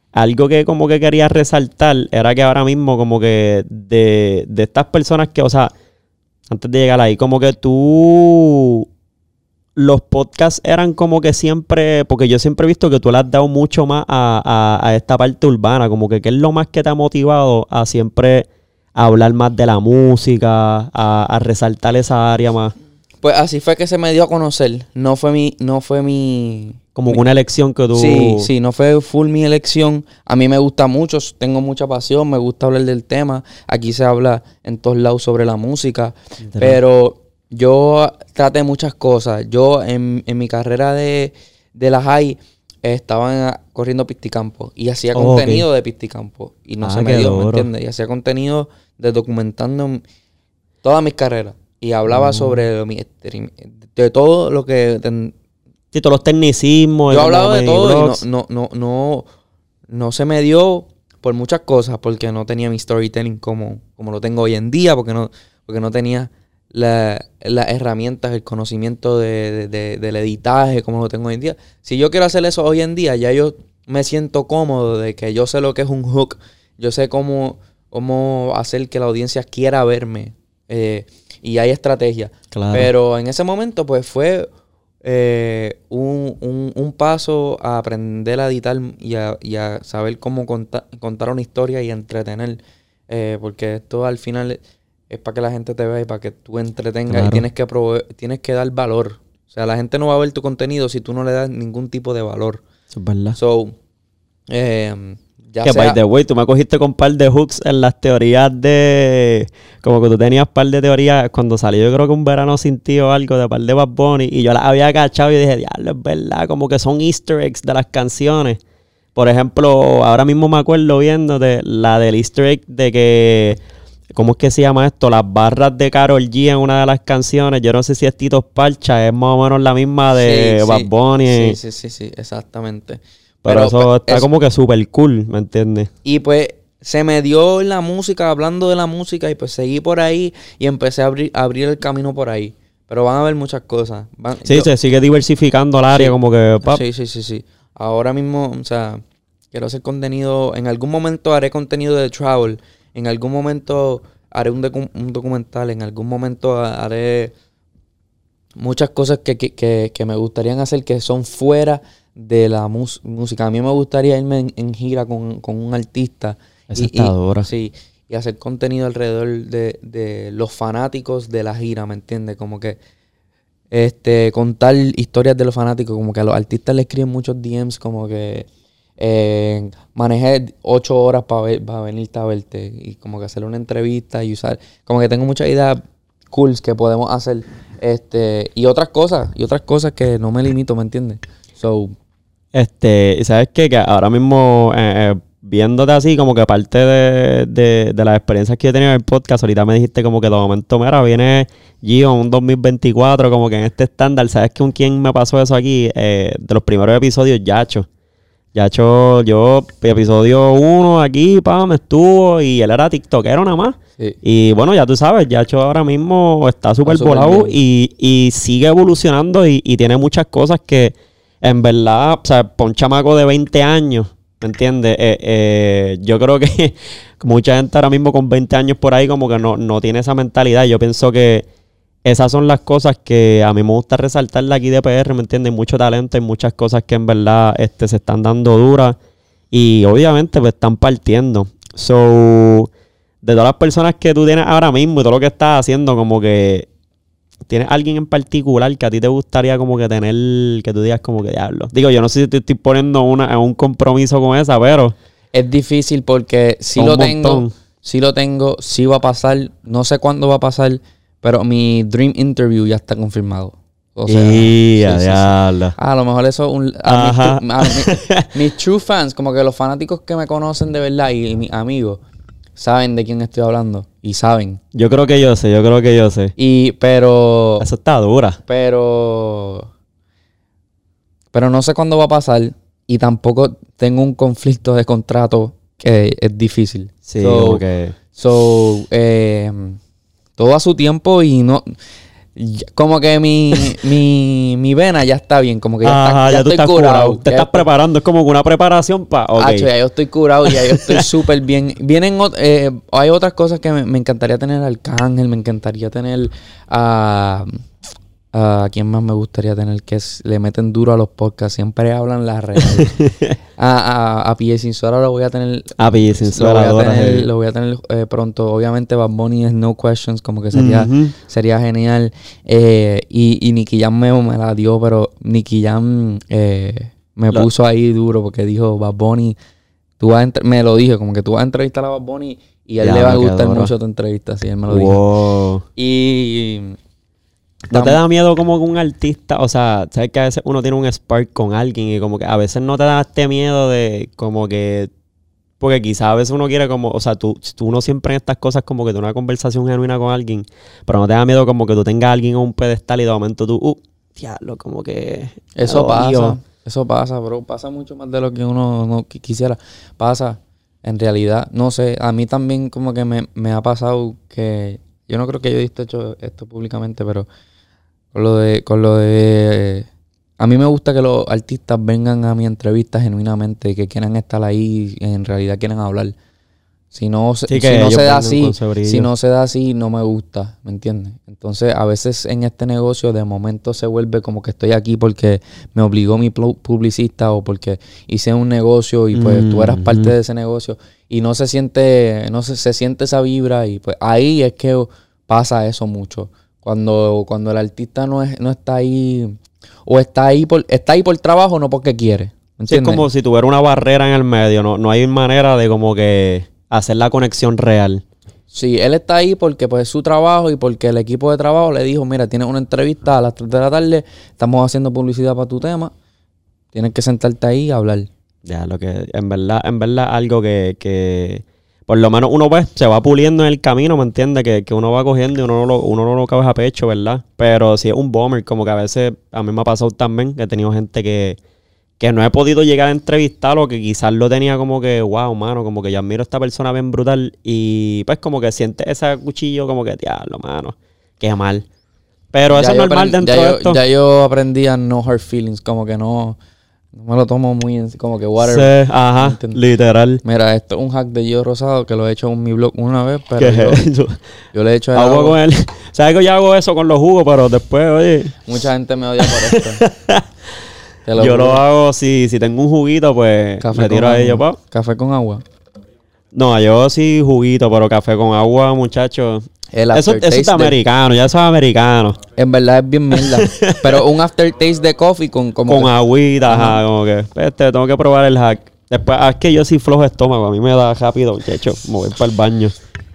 B: algo que como que quería resaltar era que ahora mismo como que de, de estas personas que, o sea, antes de llegar ahí, como que tú... Los podcasts eran como que siempre... Porque yo siempre he visto que tú le has dado mucho más a, a, a esta parte urbana. Como que ¿qué es lo más que te ha motivado a siempre hablar más de la música? A, a resaltar esa área más.
C: Pues así fue que se me dio a conocer. No fue mi... No fue mi...
B: Como
C: mi,
B: una elección que tú...
C: Sí, sí. No fue full mi elección. A mí me gusta mucho. Tengo mucha pasión. Me gusta hablar del tema. Aquí se habla en todos lados sobre la música. Pero... Yo traté muchas cosas. Yo en, en mi carrera de, de la high eh, estaba corriendo pisticampo y hacía
B: Oh,
C: contenido
B: ok.
C: de pisticampo. Y no
B: Ah,
C: se me
B: qué
C: dio, ¿me
B: duro.
C: entiendes? Y hacía contenido de documentando todas mis carreras. Y hablaba
B: Oh.
C: sobre mi, de todo lo que... de-
B: Sí, todos los tecnicismos.
C: yo
B: y como
C: hablaba de
B: mini
C: todo
B: blogs.
C: y no, no, no, no, no se me dio por muchas cosas porque no tenía mi storytelling como, como lo tengo hoy en día, porque no, porque no tenía... La, las herramientas, el conocimiento de, de, de, del editaje como lo tengo hoy en día. Si yo quiero hacer eso hoy en día, ya yo me siento cómodo de que yo sé lo que es un hook. Yo sé cómo, cómo hacer que la audiencia quiera verme. Eh, y hay estrategia.
B: Claro.
C: Pero en ese momento pues fue eh, un, un, un paso a aprender a editar y a, y a saber cómo conta, contar una historia y entretener. Eh, porque esto al final... es para que la gente te vea y para que tú entretengas.
B: Claro.
C: Y tienes que prove- tienes que dar valor. O sea, la gente no va a ver tu contenido si tú no le das ningún tipo de valor.
B: Eso es verdad.
C: So, eh, ya
B: Que
C: sea...
B: by the way, tú me cogiste con un par de hooks en las teorías de... Como que tú tenías un par de teorías cuando salió, yo creo que Un Verano Sin Ti o algo de par de Bad Bunny. Y yo las había cachado y dije, diablo, es verdad. Como que son easter eggs de las canciones. Por ejemplo, ahora mismo me acuerdo viendo de la del easter egg de que... ¿Cómo es que se llama esto? Las barras de Karol G en una de las canciones. Yo no sé si es Tito Parcha. Es más o menos la misma de
C: Sí,
B: Bad
C: sí.
B: Bunny.
C: Sí, sí, sí, sí, exactamente.
B: Pero, eso
C: pues,
B: está
C: eso-
B: como que súper cool, ¿me entiendes?
C: Y pues se me dio la música, hablando de la música, y pues seguí por ahí y empecé a abrir, a abrir el camino por ahí. Pero van a haber muchas cosas. Van-
B: Sí,
C: yo-
B: se sigue diversificando el área,
C: Sí.
B: como que... pap.
C: Sí, sí, sí, sí. Ahora mismo, o sea, quiero hacer contenido. En algún momento haré contenido de travel. En algún momento haré un, docu- un documental. En algún momento ha- haré muchas cosas que, que, que, que me gustarían hacer que son fuera de la mus- música. A mí me gustaría irme en, en gira con, con un artista.
B: Esa está dura.
C: Sí, y hacer contenido alrededor de, de los fanáticos de la gira, ¿me entiendes? Como que este contar historias de los fanáticos, como que a los artistas le escriben muchos D Ms, como que eh, manejé ocho horas para ver, para venirte a verte y como que hacer una entrevista y usar, como que tengo muchas ideas cool que podemos hacer, este y otras cosas, y otras cosas que no me limito, ¿me entiendes? So,
B: Este, y ¿sabes qué? Que ahora mismo, eh, eh, viéndote así, como que parte de, de, de las experiencias que yo he tenido en el podcast, ahorita me dijiste como que de momento, mira, viene Gio un dos mil veinticuatro, como que en este estándar. ¿Sabes con quién me pasó eso aquí? Eh, de los primeros episodios, Yacho. Yacho, yo, episodio uno aquí, pam, estuvo y él era tiktokero nada más.
C: sí.
B: Y bueno, ya tú sabes, Yacho ahora mismo está súper
C: súper
B: volado
C: bien.
B: y, y sigue evolucionando y, y tiene muchas cosas que en verdad, o sea, para un chamaco de veinte años, ¿me entiendes? Eh, eh, yo creo que mucha gente ahora mismo con veinte años por ahí como que no, no tiene esa mentalidad. Yo pienso que esas son las cosas que a mí me gusta resaltar de aquí de P R, ¿me entiendes? Hay mucho talento, hay muchas cosas que en verdad este, se están dando duras y obviamente pues están partiendo. So, de todas las personas que tú tienes ahora mismo y todo lo que estás haciendo, como que ¿tienes alguien en particular que a ti te gustaría como que tener, que tú digas como que diablo? Digo, yo no sé si te estoy poniendo una, un compromiso con esa, pero...
C: Es difícil porque si
B: Un
C: lo tengo,
B: montón.
C: si lo tengo, si va a pasar, no sé cuándo va a pasar, pero mi dream interview ya está confirmado. O sea,
B: y
C: sí,
B: a
C: sí, sí.
B: diablo.
C: A lo mejor eso es un... A mis,
B: Ajá.
C: tu- a mi- mis true fans, como que los fanáticos que me conocen de verdad y, y mis amigos, saben de quién estoy hablando. Y saben.
B: Yo creo que yo sé, yo creo que yo sé.
C: Y, pero...
B: Eso está dura.
C: Pero... Pero no sé cuándo va a pasar. Y tampoco tengo un conflicto de contrato que es difícil.
B: Sí,
C: So,
B: como que...
C: So, eh, todo a su tiempo y no... Ya- Como que mi, mi, mi vena ya está bien, como que ya,
B: Ajá,
C: está, ya,
B: ya tú
C: estoy
B: estás
C: curado.
B: curado. Te
C: ya
B: estás
C: estoy-
B: preparando. Es como que una preparación para... Ok.
C: Acho, ya yo estoy curado, ya yo estoy súper bien. Vienen, ot- eh, hay otras cosas que me, me encantaría tener al Arcángel, me encantaría tener a... ¿A quién más me gustaría tener? Que es- le meten duro a los podcasts, siempre hablan la real. a, a, a P J Sinsora lo voy a tener...
B: Ah, pille, sin
C: Lo voy a
B: sueladora,
C: tener,
B: heavy.
C: lo voy a tener eh, pronto. Obviamente Bad Bunny es no questions, como que sería,
B: Ujú.
C: sería genial. Eh, y, y Nicky Jam me, me la dio, pero Nicky Jam eh, me
B: Lo-
C: puso ahí duro porque dijo, Bad Bunny, tú vas a entre- me lo dije, como que tú vas a entrevistar a Bad Bunny y a él
B: Ya,
C: le va a
B: lo que
C: gustar
B: duro.
C: mucho tu entrevista, sí, él me lo dijo.
B: Wow.
C: Y...
B: ¿No te da miedo como que un artista? O sea, sabes que a veces uno tiene un spark con alguien y como que a veces no te da este miedo de como que... Porque quizás a veces uno quiere como... O sea, tú, tú uno siempre en estas cosas como que tiene una conversación genuina con alguien, pero no te da miedo como que tú tengas a alguien en un pedestal y de momento tú... Uh, diablo, como que...
C: Eso
B: me
C: pasa,
B: dolió.
C: eso pasa, bro. Pasa mucho más de lo que uno no qui- quisiera. Pasa, en realidad, no sé, a mí también como que me, me ha pasado que... Yo no creo que yo he hecho esto públicamente, pero con lo de... Con lo de a mí me gusta que los artistas vengan a mi entrevista genuinamente, que quieran estar ahí y en realidad quieran hablar. Si no, se-
B: Sí,
C: si
B: que
C: no
B: ellos
C: se da
B: vengan
C: así,
B: con ese brillo.
C: si no se da así, no me gusta, ¿me entiendes? Entonces, a veces en este negocio de momento se vuelve como que estoy aquí porque me obligó mi plu- publicista o porque hice un negocio y pues tú eras
B: Ujú.
C: parte de ese negocio y no se siente, no se, se siente esa vibra y pues ahí es que pasa eso mucho. Cuando, cuando el artista no es, no está ahí o está ahí por, está ahí por trabajo, no porque quiere. ¿Me
B: Sí, es
C: entiendes?
B: como si tuviera una barrera en el medio. No, no hay manera de como que hacer la conexión real.
C: Sí, él está ahí porque pues es su trabajo y porque el equipo de trabajo le dijo, mira, tienes una entrevista a las tres de la tarde, estamos haciendo publicidad para tu tema, tienes que sentarte ahí y hablar.
B: Ya, lo que en verdad, en verdad algo que, que por lo menos uno pues se va puliendo en el camino, ¿me entiendes? Que, que uno va cogiendo y uno no lo, uno no lo cabe a pecho, ¿verdad? Pero si es un bummer, como que a veces a mí me ha pasado también que he tenido gente que, que no he podido llegar a entrevistar o que quizás lo tenía como que, wow, mano, como que yo admiro a esta persona bien brutal y pues como que siente ese cuchillo como que, diablo, mano, qué mal. Pero eso
C: Ya
B: es
C: yo
B: normal
C: aprend-
B: dentro
C: ya
B: de
C: yo,
B: esto.
C: Ya yo aprendí a no hard feelings, como que no, no me lo tomo muy en, como que
B: Sí,
C: whatever.
B: ajá,
C: ¿Entiendes?
B: literal.
C: Mira, esto es un hack de Gio Rosado que lo he hecho en mi blog una vez, pero
B: ¿Qué
C: yo,
B: es eso?
C: yo le he hecho el
B: Hago
C: agua.
B: con él. ¿Sabes que yo hago eso con los jugos? Pero después, oye,
C: Mucha gente me odia por esto. Te
B: yo
C: juro.
B: lo hago si, si tengo un juguito, pues
C: Café
B: le
C: con
B: tiro a
C: agua.
B: ellos, pa.
C: Café con agua.
B: No, yo sí juguito, pero café con agua, muchachos.
C: El
B: Eso, eso
C: aftertaste
B: es
C: de-
B: americano, ya eso es americano.
C: En verdad es bien mierda. Pero un aftertaste de coffee con como
B: Con
C: que-
B: agüita,
C: Ajá.
B: ajá, como que, este, tengo que probar el hack. Después, ah, es que yo sí flojo estómago, a mí me da rápido, muchacho, me voy para el baño.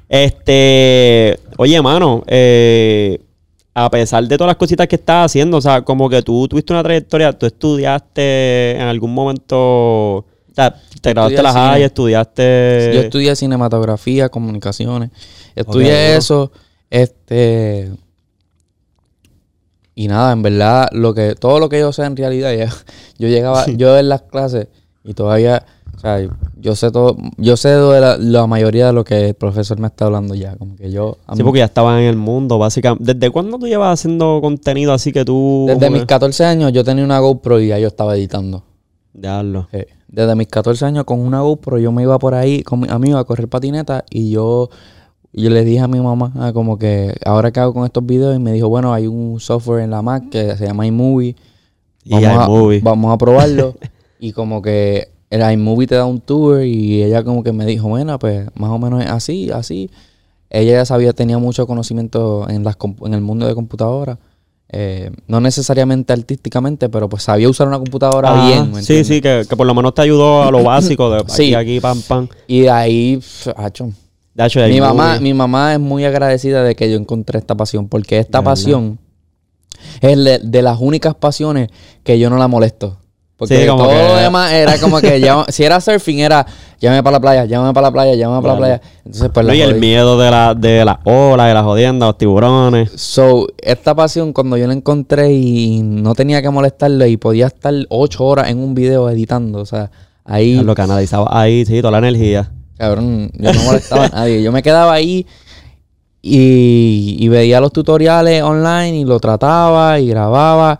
B: Este, oye, mano, eh, a pesar de todas las cositas que estás haciendo, o sea, como que tú tuviste una trayectoria, tú estudiaste en algún momento, o sea, te graduaste de la
C: Estudié
B: high,
C: cine.
B: estudiaste...
C: Yo estudié cinematografía, comunicaciones. Estudié
B: duro.
C: eso. Este. Y nada, en verdad, lo que, todo lo que yo sé en realidad, ya- yo llegaba, yo en las clases y todavía, o sea, yo sé todo, yo sé de la, la mayoría de lo que el profesor me está hablando ya, como que yo, a
B: Sí,
C: mí-
B: porque ya estabas en el mundo, básicamente. ¿Desde cuándo tú llevas haciendo contenido así que tú...
C: desde
B: como
C: mis
B: que-
C: catorce años yo tenía una GoPro y ya yo estaba editando.
B: Diablo.
C: Eh, Desde mis catorce años con una GoPro yo me iba por ahí con mi amigo a correr patineta y yo, yo le dije a mi mamá ah, como que ahora qué hago con estos videos y me dijo, bueno, hay un software en la Mac que se llama iMovie.
B: Y
C: Vamos, a,
B: iMovie.
C: vamos a probarlo. Y como que el iMovie te da un tour y ella como que me dijo, bueno, pues más o menos es así, así. Ella ya sabía, tenía mucho conocimiento en, las, compu- en el mundo de computadoras. Eh, no necesariamente artísticamente, pero pues sabía usar una computadora
B: Ajá,
C: bien. ¿me
B: sí,
C: entiendes?
B: sí, que, que por lo menos te ayudó a lo básico de aquí,
C: Sí.
B: aquí, pam, pam.
C: Y de ahí, pf, acho.
B: De hecho, de
C: Mi
B: iMovie.
C: mamá, mi mamá es muy agradecida de que yo encontré esta pasión, porque esta
B: De verdad.
C: pasión es de, de las únicas pasiones que yo no la molesto. Porque
B: Sí, como
C: todo
B: que-
C: lo demás era como que, llama- si era surfing, era llámame para la playa, llámame para la playa, llámame para la
B: Claro.
C: playa. Entonces, pues
B: No,
C: la
B: y el
C: jodí.
B: miedo de la, de las olas, de las jodiendas, los tiburones.
C: So, esta pasión, cuando yo la encontré y no tenía que molestarlo y podía estar ocho horas en un video editando, o sea, ahí,
B: Lo que analizaba ahí, sí, toda la energía.
C: cabrón, yo no molestaba a nadie. Yo me quedaba ahí Y, y veía los tutoriales online y lo trataba y grababa.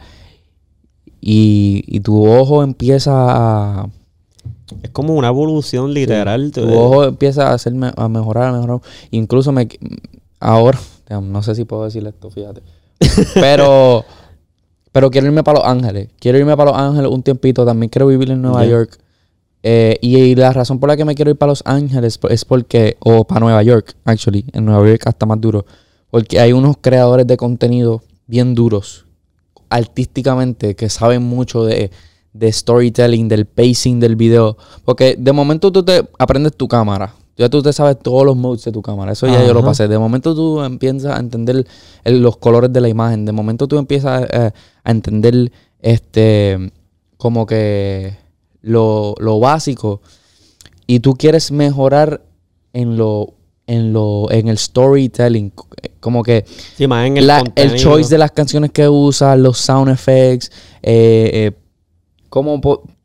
C: Y, y tu ojo empieza a...
B: Es como una evolución literal.
C: Tu ojo empieza a, hacerme, a mejorar, a mejorar. Incluso me... Ahora... No sé si puedo decirle esto, fíjate. Pero... Pero quiero irme para Los Ángeles. Quiero irme para Los Ángeles un tiempito. También quiero vivir en Nueva yeah. York. Eh, y, y la razón por la que me quiero ir para Los Ángeles es porque... O para Nueva York, actually. En Nueva York hasta más duro. Porque hay unos creadores de contenido bien duros. Artísticamente. Que saben mucho de... de storytelling, del pacing del video. Porque de momento tú te aprendes tu cámara. Ya tú te sabes todos los modes de tu cámara. Eso ya Ajá. yo lo pasé. De momento tú empiezas a entender el, los colores de la imagen. De momento tú empiezas a, a entender este como que lo, lo básico. Y tú quieres mejorar en lo en lo en el storytelling. Como que
B: sí, más en el,
C: la, el choice de las canciones que usas, los sound effects, eh, eh, cómo...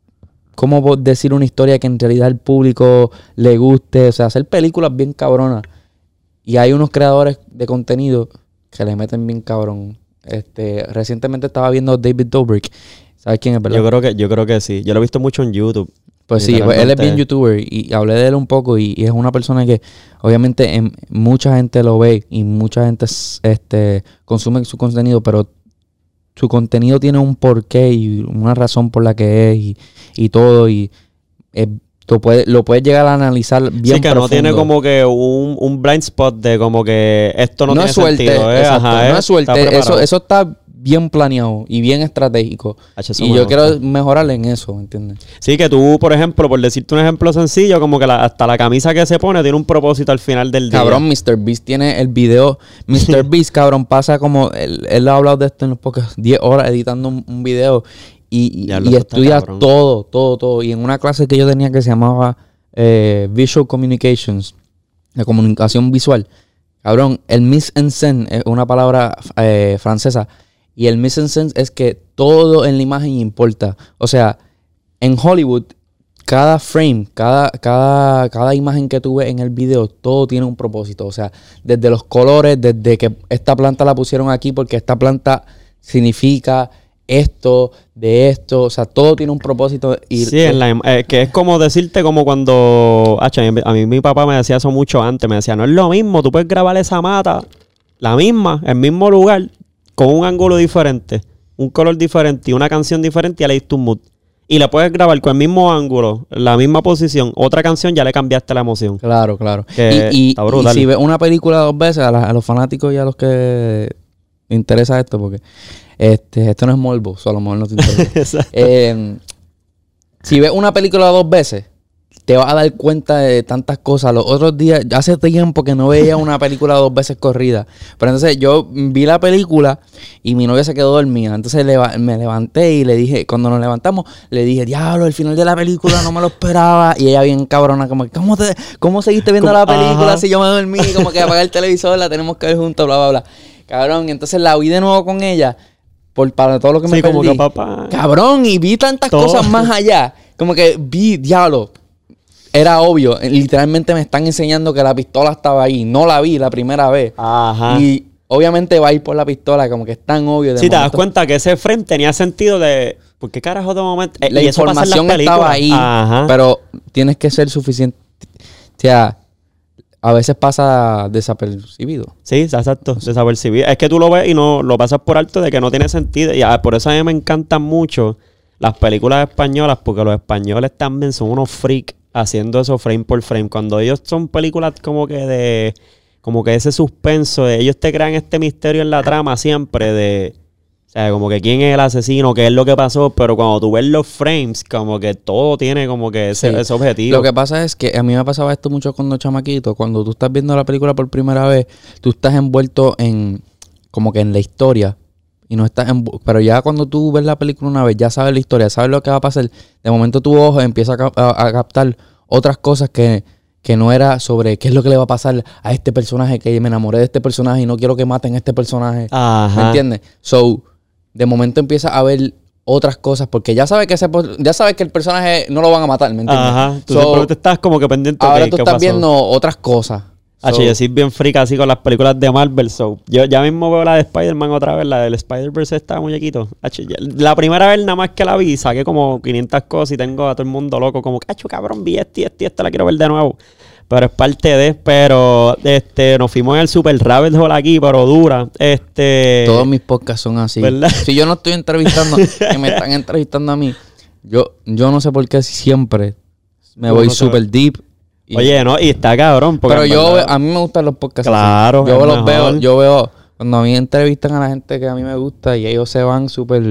C: cómo decir una historia que en realidad al público le guste. O sea, hacer películas bien cabronas. Y hay unos creadores de contenido que le meten bien cabrón. Este, recientemente estaba viendo David Dobrik. ¿Sabes quién es, verdad?
B: Yo creo que, yo creo que sí. Yo lo he visto mucho en YouTube.
C: Pues sí, pues él es bien youtuber. Y, y hablé de él un poco. Y, y es una persona que obviamente en, mucha gente lo ve. Y mucha gente este, consume su contenido. Pero su contenido tiene un porqué y una razón por la que es y, y todo. Y eh, tú puedes, lo puedes llegar a analizar bien
B: sí, que
C: profundo.
B: No tiene como que un, un blind spot de como que esto no,
C: no
B: tiene
C: es suerte,
B: sentido. ¿eh?
C: Exacto,
B: Ajá,
C: no
B: ¿eh?
C: es suerte. Eso, eso está bien planeado y bien estratégico. H, y yo quiero mejorarle en eso, ¿entiendes?
B: Sí, que tú, por ejemplo, por decirte un ejemplo sencillo, como que la, hasta la camisa que se pone tiene un propósito al final del día.
C: Cabrón, mister Beast tiene el video. mister Beast, cabrón, pasa como... Él, él ha hablado de esto en los pocos diez horas editando un, un video y, y, y estudia todo, todo, todo. Y en una clase que yo tenía que se llamaba eh, Visual Communications, de comunicación visual, cabrón, el mise en scène es una palabra eh, francesa. Y el mise en scène es que todo en la imagen importa. O sea, en Hollywood, cada frame, cada, cada, cada imagen que tú ves en el video, todo tiene un propósito. O sea, desde los colores, desde que esta planta la pusieron aquí porque esta planta significa esto, de esto. O sea, todo tiene un propósito. Y
B: sí, en la, eh, que es como decirte como cuando... Acha, a, mí, a mí mi papá me decía eso mucho antes. Me decía, no es lo mismo. Tú puedes grabar esa mata, la misma, el mismo lugar, con un ángulo diferente, un color diferente y una canción diferente, ya le diste un mood. Y la puedes grabar con el mismo ángulo, la misma posición, otra canción, ya le cambiaste la emoción.
C: Claro, claro.
B: Que
C: y, y,
B: está brutal.
C: Y si ves una película dos veces, a, la, a los fanáticos y a los que les interesa esto, porque este, esto no es morbo, solo a lo mejor no te interesa. eh, si ves una película dos veces, te vas a dar cuenta de tantas cosas. Los otros días, hace tiempo que no veía una película dos veces corrida. Pero entonces yo vi la película y mi novia se quedó dormida. Entonces leva- me levanté y le dije, cuando nos levantamos, le dije, diablo, el final de la película no me lo esperaba. Y ella bien cabrona, como, ¿cómo, te, cómo seguiste viendo la película? Ajá. Si yo me dormí, como que apagar el televisor, la tenemos que ver juntos, bla, bla, bla. Cabrón, y entonces la vi de nuevo con ella. Por, para todo lo que me
B: sí,
C: perdí.
B: Como que, papá,
C: cabrón, y vi tantas todo. cosas más allá. Como que vi, diablo. Era obvio, literalmente me están enseñando que la pistola estaba ahí. No la vi la primera vez.
B: Ajá.
C: Y obviamente va a ir por la pistola, como que es tan obvio. De
B: sí,
C: momento.
B: te das cuenta que ese frame tenía sentido de... ¿Por qué carajo de momento? Eh,
C: la
B: y eso
C: información
B: pasa en las
C: estaba ahí,
B: Ajá.
C: pero tienes que ser suficiente. O sea, a veces pasa desapercibido.
B: Sí, exacto, desapercibido. Es que tú lo ves y no lo pasas por alto de que no tiene sentido. Y ah, por eso a mí me encantan mucho las películas españolas, porque los españoles también son unos freaks haciendo eso frame por frame. Cuando ellos son películas como que de... Como que ese suspenso, de, ellos te crean este misterio en la trama siempre de... O sea, como que quién es el asesino, qué es lo que pasó. Pero cuando tú ves los frames, como que todo tiene como que ese,
C: sí.
B: ese objetivo.
C: Lo que pasa es que a mí me pasaba esto mucho cuando chamaquito. Cuando tú estás viendo la película por primera vez, tú estás envuelto en... Como que en la historia. Y no estás en, pero ya cuando tú ves la película una vez, ya sabes la historia, sabes lo que va a pasar. De momento tu ojo empieza a, a, a captar otras cosas que, que no era sobre qué es lo que le va a pasar a este personaje, que me enamoré de este personaje y no quiero que maten a este personaje.
B: Ajá.
C: ¿Me entiendes? So, de momento empieza a ver otras cosas porque ya sabes que ese, ya sabes que el personaje no lo van a matar, ¿me entiendes?
B: Ajá. Tú
C: so,
B: siempre te estás como que pendiente.
C: Ahora
B: okay,
C: tú
B: ¿qué
C: estás
B: pasó?
C: viendo otras cosas.
B: Hacho,
C: So-
B: yo soy bien freak así con las películas de Marvel. So. Yo ya mismo veo la de Spider-Man otra vez, la del Spider-Verse está muñequito. Hacho, ya- la primera vez nada más que la vi, saqué como quinientas cosas y tengo a todo el mundo loco. Como, cacho, cabrón, vi este y este y este, la quiero ver de nuevo. Pero es parte de, pero este, nos fuimos en el Super Rabbit Hole aquí, pero dura. Este.
C: Todos mis podcasts son así.
B: ¿Verdad?
C: Si yo no estoy entrevistando, que me están entrevistando a mí, yo, yo no sé por qué siempre me
B: Tú
C: voy
B: no te
C: super
B: vas.
C: deep. y-
B: Oye, no, y está cabrón. Porque
C: pero
B: en
C: yo,
B: verdad-
C: ve- a mí me gustan los podcasts así.
B: Claro,
C: Yo
B: es
C: los veo,
B: mejor.
C: yo veo, cuando a mí entrevistan a la gente que a mí me gusta y ellos se van súper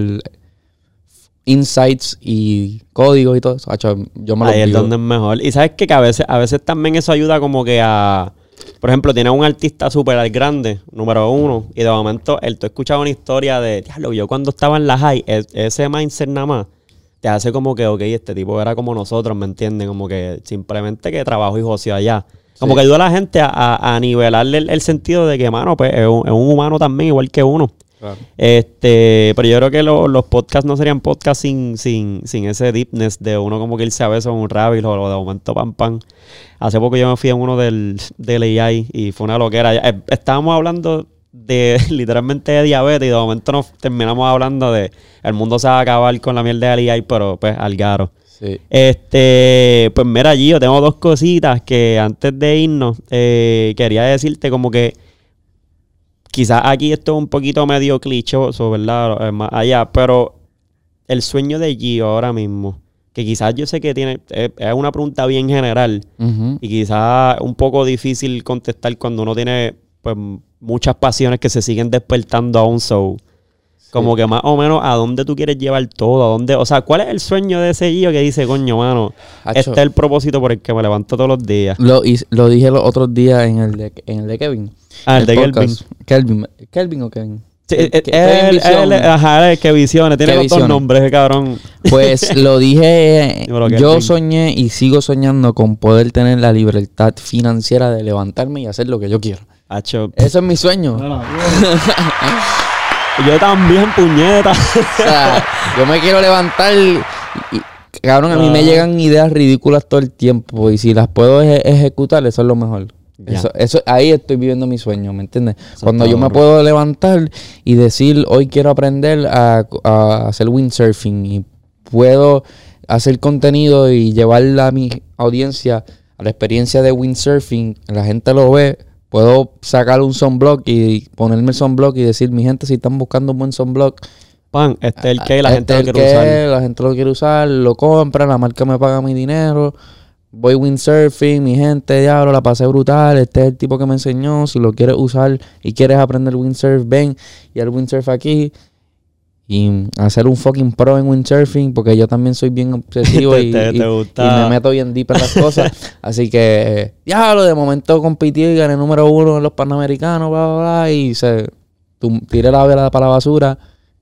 C: insights y códigos y todo eso, acho, yo me los
B: Ahí es
C: digo.
B: donde es mejor. Y sabes que, que a veces, a veces también eso ayuda como que a... Por ejemplo, tienes un artista súper grande, número uno, y de momento él, tú escuchas una historia de, diablo, yo cuando estaba en la high, e- ese mindset nada más, te hace como que, ok, este tipo era como nosotros, ¿me entienden? Como que simplemente que trabajo y jocio allá. Como
C: Sí.
B: que ayuda a la gente a, a, a nivelarle el, el sentido de que, mano, pues es un, es un humano también, igual que uno.
C: Claro.
B: Este, pero yo creo que lo- los podcasts no serían podcasts sin, sin, sin ese deepness de uno como que irse a veces en un rabbit hole o de momento pam pam. Hace poco yo me fui a uno del, del A I y fue una loquera. Ya, eh, Estábamos hablando de literalmente de diabetes y de momento nos terminamos hablando de el mundo se va a acabar con la mierda del A I, pero pues al garo.
C: Sí.
B: Este, pues mira, Gio, tengo dos cositas que antes de irnos eh, quería decirte como que quizás aquí esto es un poquito medio clichoso, ¿verdad? Eh, Más allá, pero el sueño de Gio ahora mismo, que quizás yo sé que tiene, es, es una pregunta bien general
C: Ujú.
B: y quizás un poco difícil contestar cuando uno tiene pues muchas pasiones que se siguen despertando aún, so como que más o menos a dónde tú quieres llevar todo, a dónde, o sea, ¿cuál es el sueño de ese Gio que dice, coño, mano,
C: Hacho,
B: este es el propósito por el que me levanto todos los días?
C: Lo, y- lo dije los otros días en el de, en el de Kevin.
B: Ah, el de Kelvin.
C: podcast. Kelvin. ¿Kelvin o Kevin?
B: Sí,
C: Ke-
B: eh,
C: Ke-
B: él-
C: Kevin Visión.
B: él- ajá, él, que visiones, tiene
C: Qué
B: los dos
C: visiones.
B: nombres, ese cabrón.
C: Pues lo dije,
B: Dímelo,
C: yo
B: Kelvin.
C: soñé y sigo soñando con poder tener la libertad financiera de levantarme y hacer lo que yo quiero.
B: Hacho,
C: Eso es mi sueño.
B: yo también, puñeta.
C: O sea, yo me quiero levantar y, y, cabrón, a mí me
B: Ah.
C: llegan ideas ridículas todo el tiempo y si las puedo eje- ejecutar, eso es lo mejor.
B: Ya.
C: Eso, eso, ahí estoy viviendo mi sueño, ¿me entiendes? Cuando
B: está
C: yo me
B: duro.
C: puedo levantar y decir, hoy quiero aprender a, a hacer windsurfing y puedo hacer contenido y llevar a mi audiencia a la experiencia de windsurfing, la gente lo ve, puedo sacar un sunblock y ponerme el sunblock y decir, mi gente, si están buscando un buen sunblock,
B: Pan, este es el que la
C: este
B: gente lo
C: es el
B: quiere
C: que
B: usar.
C: la gente lo quiere usar, lo compra, la marca me paga mi dinero, voy windsurfing, mi gente, diablo, la pasé brutal, este es el tipo que me enseñó, si lo quieres usar y quieres aprender windsurf, ven y el windsurf aquí y hacer un fucking pro en windsurfing, porque yo también soy bien obsesivo
B: Te-
C: y,
B: te-
C: y-
B: te
C: y
B: gusta.
C: me meto bien deep en las cosas, así que, eh, diablo, de momento competí y gané número uno en los Panamericanos, bla, bla, bla, y se tum- tiré la vela para la basura.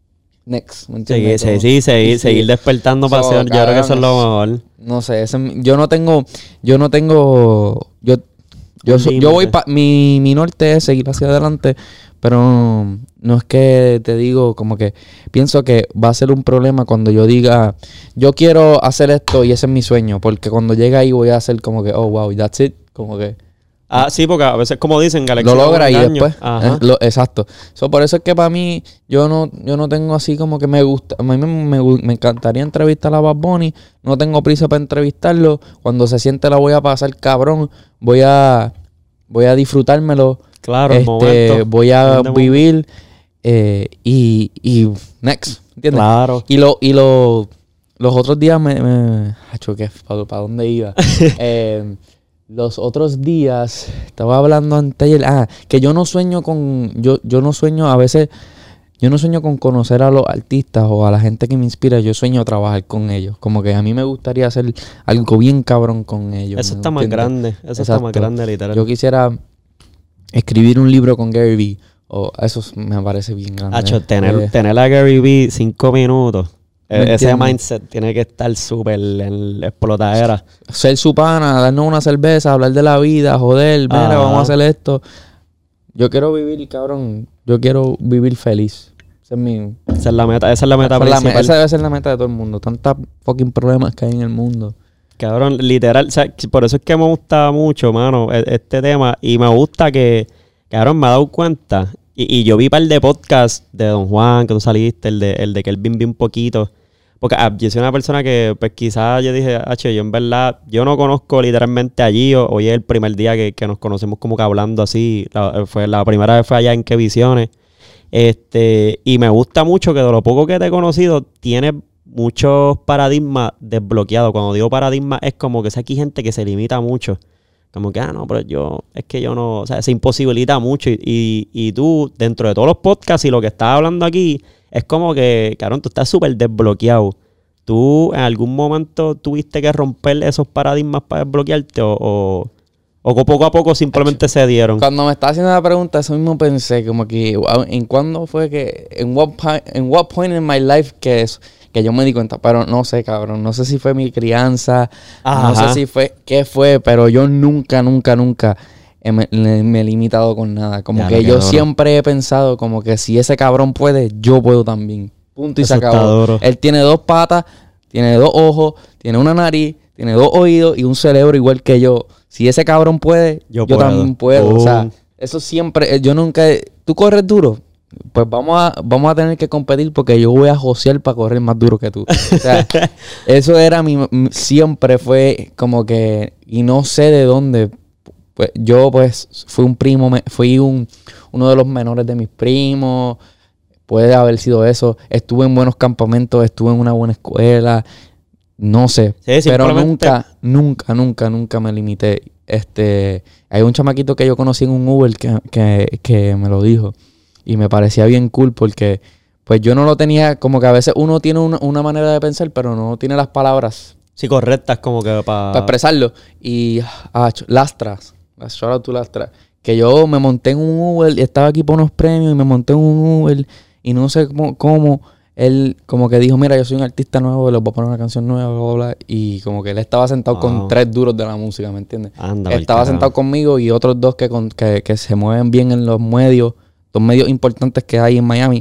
C: Next, ¿me
B: Sí,
C: entiendes?
B: sí,
C: Como-
B: sí, seguir,
C: Sí.
B: seguir despertando
C: So,
B: pasión. Yo creo que eso es lo
C: cabrón,
B: mejor.
C: No sé, ese es mi- yo no tengo, yo no tengo, yo, yo,
B: Un
C: so- yo
B: límite.
C: voy pa, mi, mi norte es seguir hacia adelante, pero no, no es que te digo como que pienso que va a ser un problema cuando yo diga, yo quiero hacer esto y ese es mi sueño, porque cuando llegue ahí voy a hacer como que, oh wow, that's it, como que
B: Ah, sí, porque a veces, como dicen, Galaxy
C: lo
B: da un
C: logra y
B: engaño.
C: después.
B: Ajá.
C: eh, lo- exacto. So, por eso es que para mí, yo no, yo no tengo así como que me gusta. A mí me, me gu- me encantaría entrevistar a Bad Bunny. No tengo prisa para entrevistarlo. Cuando se siente la voy a pasar cabrón. Voy a, voy a disfrutármelo.
B: Claro, el
C: este,
B: momento.
C: voy a
B: Grande
C: vivir. eh, y, y next. ¿Entiendes?
B: Claro.
C: Y lo, y lo, los otros días me, me acho, ¿qué? ¿Para, para dónde iba? eh, los otros días estaba hablando anteayer, ah, que yo no sueño con, yo, yo no sueño a veces, yo no sueño con conocer a los artistas o a la gente que me inspira, yo sueño trabajar con ellos, como que a mí me gustaría hacer algo bien cabrón con ellos.
B: Eso
C: ¿me
B: está más
C: entiendes?
B: grande. Eso está más
C: Exacto.
B: grande, literal.
C: Yo quisiera escribir un libro con Gary Vee, o eso me parece bien grande.
B: Hacho, tener,
C: Eh,
B: tener a Gary Vee cinco minutos.
C: ¿Me
B: eh, Ese
C: entiendes?
B: mindset tiene que estar súper en la explotadera.
C: ser su pana, darnos una cerveza, hablar de la vida, joder, mira,
B: Ajá.
C: vamos a hacer esto. Yo quiero vivir, cabrón. Yo quiero vivir feliz. Esa es mi...
B: Esa es la meta, esa es la meta
C: esa, es la me-
B: principal.
C: esa debe ser la meta de todo el mundo. Tantos fucking problemas que hay en el mundo.
B: Cabrón, literal, o sea, por eso es que me gusta mucho, mano, e- este tema. Y me gusta que, cabrón, me he dado cuenta. Y, y yo vi un par de podcasts de Don Juan, que tú saliste, el de, el de Kelvin vi un poquito. Porque ah, yo soy una persona que, pues quizás yo dije, H, yo en verdad, yo no conozco literalmente allí. o- Hoy es el primer día que, que nos conocemos como que hablando así. La, fue, la primera vez fue allá en Qué Visiones. Este, y me gusta mucho que de lo poco que te he conocido, tienes muchos paradigmas desbloqueados. Cuando digo paradigmas, es como que es aquí gente que se limita mucho. Como que, ah, no, pero yo, es que yo no, o sea, se imposibilita mucho. Y, y, y tú, dentro de todos los podcasts y lo que estás hablando aquí, es como que, cabrón, tú estás súper desbloqueado. ¿Tú en algún momento tuviste que romper esos paradigmas para desbloquearte o, o, o que poco a poco simplemente se dieron?
C: Cuando me estaba haciendo la pregunta, eso mismo pensé, como que, wow, ¿en cuándo fue que, en what, pi- en what point in my life que es, que yo me di cuenta? Pero no sé, cabrón, no sé si fue mi crianza,
B: Ajá.
C: no sé si fue, qué fue, pero yo nunca, nunca, nunca eh, me, le- me he limitado con nada. Como
B: Ya,
C: que
B: lo
C: yo
B: que duro.
C: siempre he pensado como que si ese cabrón puede, yo puedo también. Punto y
B: Eso
C: se
B: está
C: acabó.
B: duro.
C: Él tiene dos patas, tiene dos ojos, tiene una nariz, tiene dos oídos y un cerebro igual que yo. Si ese cabrón puede,
B: Yo
C: yo,
B: puedo.
C: también puedo. O sea,
B: Boom.
C: eso siempre, eh, yo nunca, he- tú corres duro, pues vamos a, vamos a tener que competir porque yo voy a josear para correr más duro que tú. O sea, eso era mi, mi- siempre fue como que, y no sé de dónde, pues yo pues fui un primo, me- fui un, uno de los menores de mis primos, puede haber sido eso, estuve en buenos campamentos, estuve en una buena escuela, no sé,
B: Sí,
C: pero
B: simplemente-
C: nunca, nunca, nunca, nunca me limité. Este, hay un chamaquito que yo conocí en un Uber que, que, que me lo dijo y me parecía bien cool porque pues yo no lo tenía, como que a veces uno tiene una, una manera de pensar pero no tiene las palabras
B: Sí, correctas como que para...
C: para expresarlo. Y ah, ch- Lastras, shout out to Lastras, que yo me monté en un Uber y estaba aquí por unos premios y me monté en un Uber y no sé cómo, cómo él como que dijo, mira, yo soy un artista nuevo, les voy a poner una canción nueva, bla, bla, bla. Y como que él estaba sentado
B: Wow.
C: con tres duros de la música, ¿me entiendes?
B: Anda, pa'l
C: Estaba
B: carajo.
C: sentado conmigo y otros dos que, con- que, que se mueven bien en los medios, los medios importantes que hay en Miami.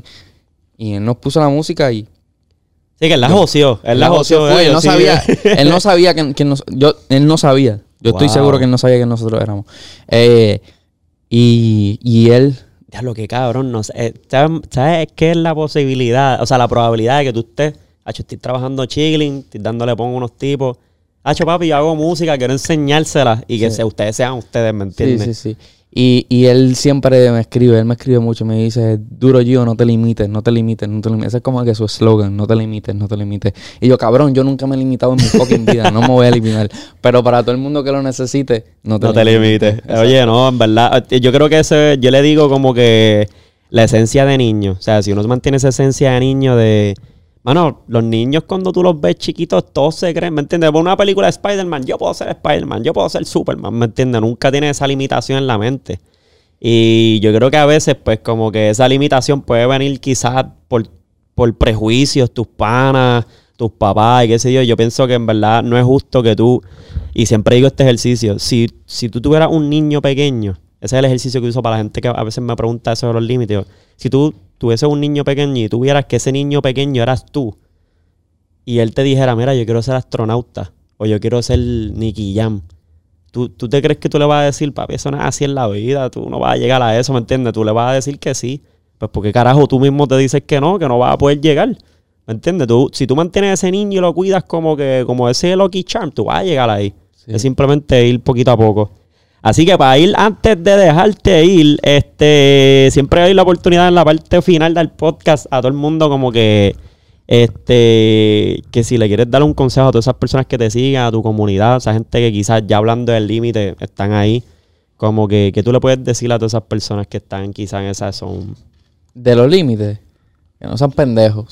C: Y él nos puso la música y
B: Sí, que él la joció. Él la joció.
C: fue, él
B: ellos,
C: no
B: sí.
C: sabía, él no sabía que, que nos, yo, él no sabía. Yo estoy
B: Wow.
C: seguro que él no sabía que nosotros éramos. Eh, y, y él,
B: Ya lo que cabrón, no sé. eh, ¿Sabes, ¿Sabes qué es la posibilidad? O sea, la probabilidad de que tú estés, hacho, estoy trabajando chilling, estoy dándole pongo unos tipos. Hacho, papi, yo hago música, quiero enseñársela y que
C: Sí.
B: se, ustedes sean ustedes, ¿me
C: sí,
B: entiendes?
C: sí, sí. Y, y él siempre me escribe, él me escribe mucho, me dice, duro Gio, no te limites, no te limites, no te limites. Ese es como que su eslogan, no te limites, no te limites. Y yo, cabrón, yo nunca me he limitado en mi fucking vida, no me voy a eliminar. Pero para todo el mundo que lo necesite, no te
B: No te limites.
C: Exacto.
B: Oye, no, en verdad, yo creo que ese, yo le digo como que la esencia de niño. O sea, si uno mantiene esa esencia de niño de... Mano, los niños cuando tú los ves chiquitos, todos se creen, ¿me entiendes? Por una película de Spider-Man, yo puedo ser Spider-Man, yo puedo ser Superman, ¿me entiendes? Nunca tiene esa limitación en la mente. Y yo creo que a veces, pues, como que esa limitación puede venir quizás por, por prejuicios, tus panas, tus papás y qué sé yo. Yo pienso que en verdad no es justo que tú, y siempre digo este ejercicio, si, si tú tuvieras un niño pequeño, ese es el ejercicio que uso para la gente que a veces me pregunta eso de los límites. Si tú tuvieses un niño pequeño y tú vieras que ese niño pequeño eras tú, y él te dijera, mira, yo quiero ser astronauta, o yo quiero ser Nicky Jam, ¿tú, ¿tú te crees que tú le vas a decir, papi, eso no es así en la vida, tú no vas a llegar a eso, ¿me entiendes? Tú le vas a decir que sí. Pues porque carajo tú mismo te dices que no, que no vas a poder llegar. ¿Me entiendes? Tú, si tú mantienes a ese niño y lo cuidas como que como ese Lucky Charm, tú vas a llegar ahí.
C: Sí.
B: Es simplemente ir poquito a poco. Así que para ir, antes de dejarte ir, este, siempre hay la oportunidad en la parte final del podcast a todo el mundo como que, este, que si le quieres dar un consejo a todas esas personas que te sigan, a tu comunidad, esa gente que quizás ya hablando del límite están ahí, como que, que tú le puedes decir a todas esas personas que están quizás en esa zona.
C: De los límites, que no sean pendejos.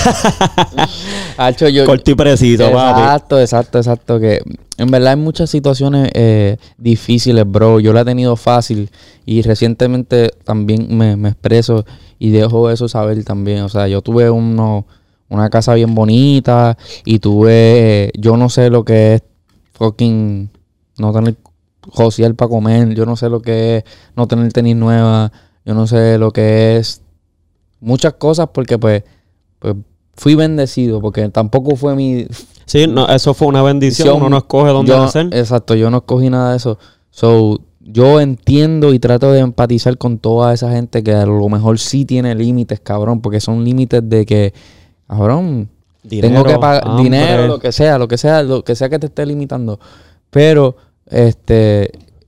C: Hacho, yo,
B: Corto y preciso, papi.
C: exacto, exacto, exacto. Que en verdad hay muchas situaciones eh, difíciles, bro. Yo la he tenido fácil y recientemente también me, me expreso y dejo eso saber también. O sea, yo tuve uno, una casa bien bonita y tuve, eh, yo no sé lo que es fucking no tener josear para comer. Yo no sé lo que es no tener tenis nueva. Yo no sé lo que es muchas cosas porque pues, pues fui bendecido porque tampoco fue mi...
B: Sí, no, eso fue una bendición.
C: Yo-
B: Uno no escoge dónde
C: yo-
B: nacer.
C: Exacto, yo no escogí nada de eso. So, yo entiendo y trato de empatizar con toda esa gente que a lo mejor sí tiene límites, cabrón, porque son límites de que, cabrón,
B: Dinero,
C: tengo que pagar
B: hambre.
C: dinero, lo que sea, lo que sea, lo que sea que te esté limitando. Pero, este,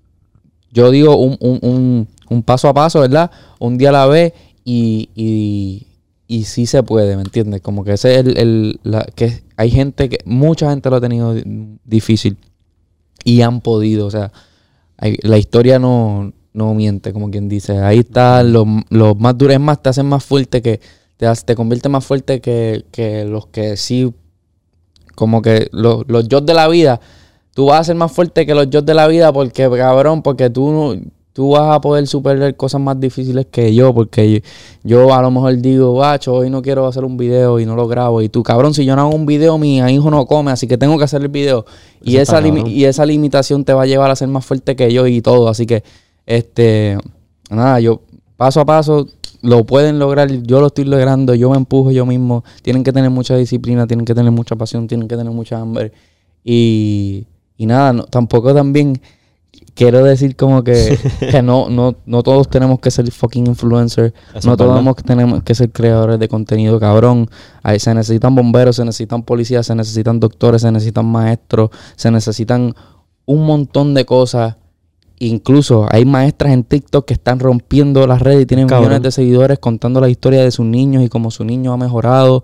C: yo digo un, un, un, un paso a paso, ¿verdad? Un día a la vez y, y, y sí se puede, ¿me entiendes? Como que ese es el, el la, que hay gente que, mucha gente lo ha tenido di- difícil y han podido, o sea, hay- la historia no, no miente, como quien dice. Ahí está, los los más duros, es más, te hacen más fuerte que, te, hace- te convierte más fuerte que, que los que sí, como que los, los yo de la vida, tú vas a ser más fuerte que los yo de la vida porque, cabrón, porque tú no, tú vas a poder superar cosas más difíciles que yo, porque yo, yo a lo mejor digo, bacho, hoy no quiero hacer un video y no lo grabo, y tú, cabrón, si yo no hago un video, mi hijo no come, así que tengo que hacer el video. Y
B: Eso
C: esa,
B: está
C: limi-
B: cabrón.
C: y esa limitación te va a llevar a ser más fuerte que yo y todo, así que, este, nada, yo paso a paso lo pueden lograr, yo lo estoy logrando, yo me empujo yo mismo. Tienen que tener mucha disciplina, tienen que tener mucha pasión, tienen que tener mucha hambre. Y, y nada, no, tampoco también quiero decir como que, que no, no, no todos tenemos que ser fucking influencers,
B: Eso
C: no
B: es
C: todos
B: verdad.
C: tenemos que, tenemos que ser creadores de contenido, cabrón. Ahí se necesitan bomberos, se necesitan policías, se necesitan doctores, se necesitan maestros, se necesitan un montón de cosas. Incluso hay maestras en TikTok que están rompiendo las redes y tienen
B: Cabrón.
C: millones de seguidores contando la historia de sus niños y cómo su niño ha mejorado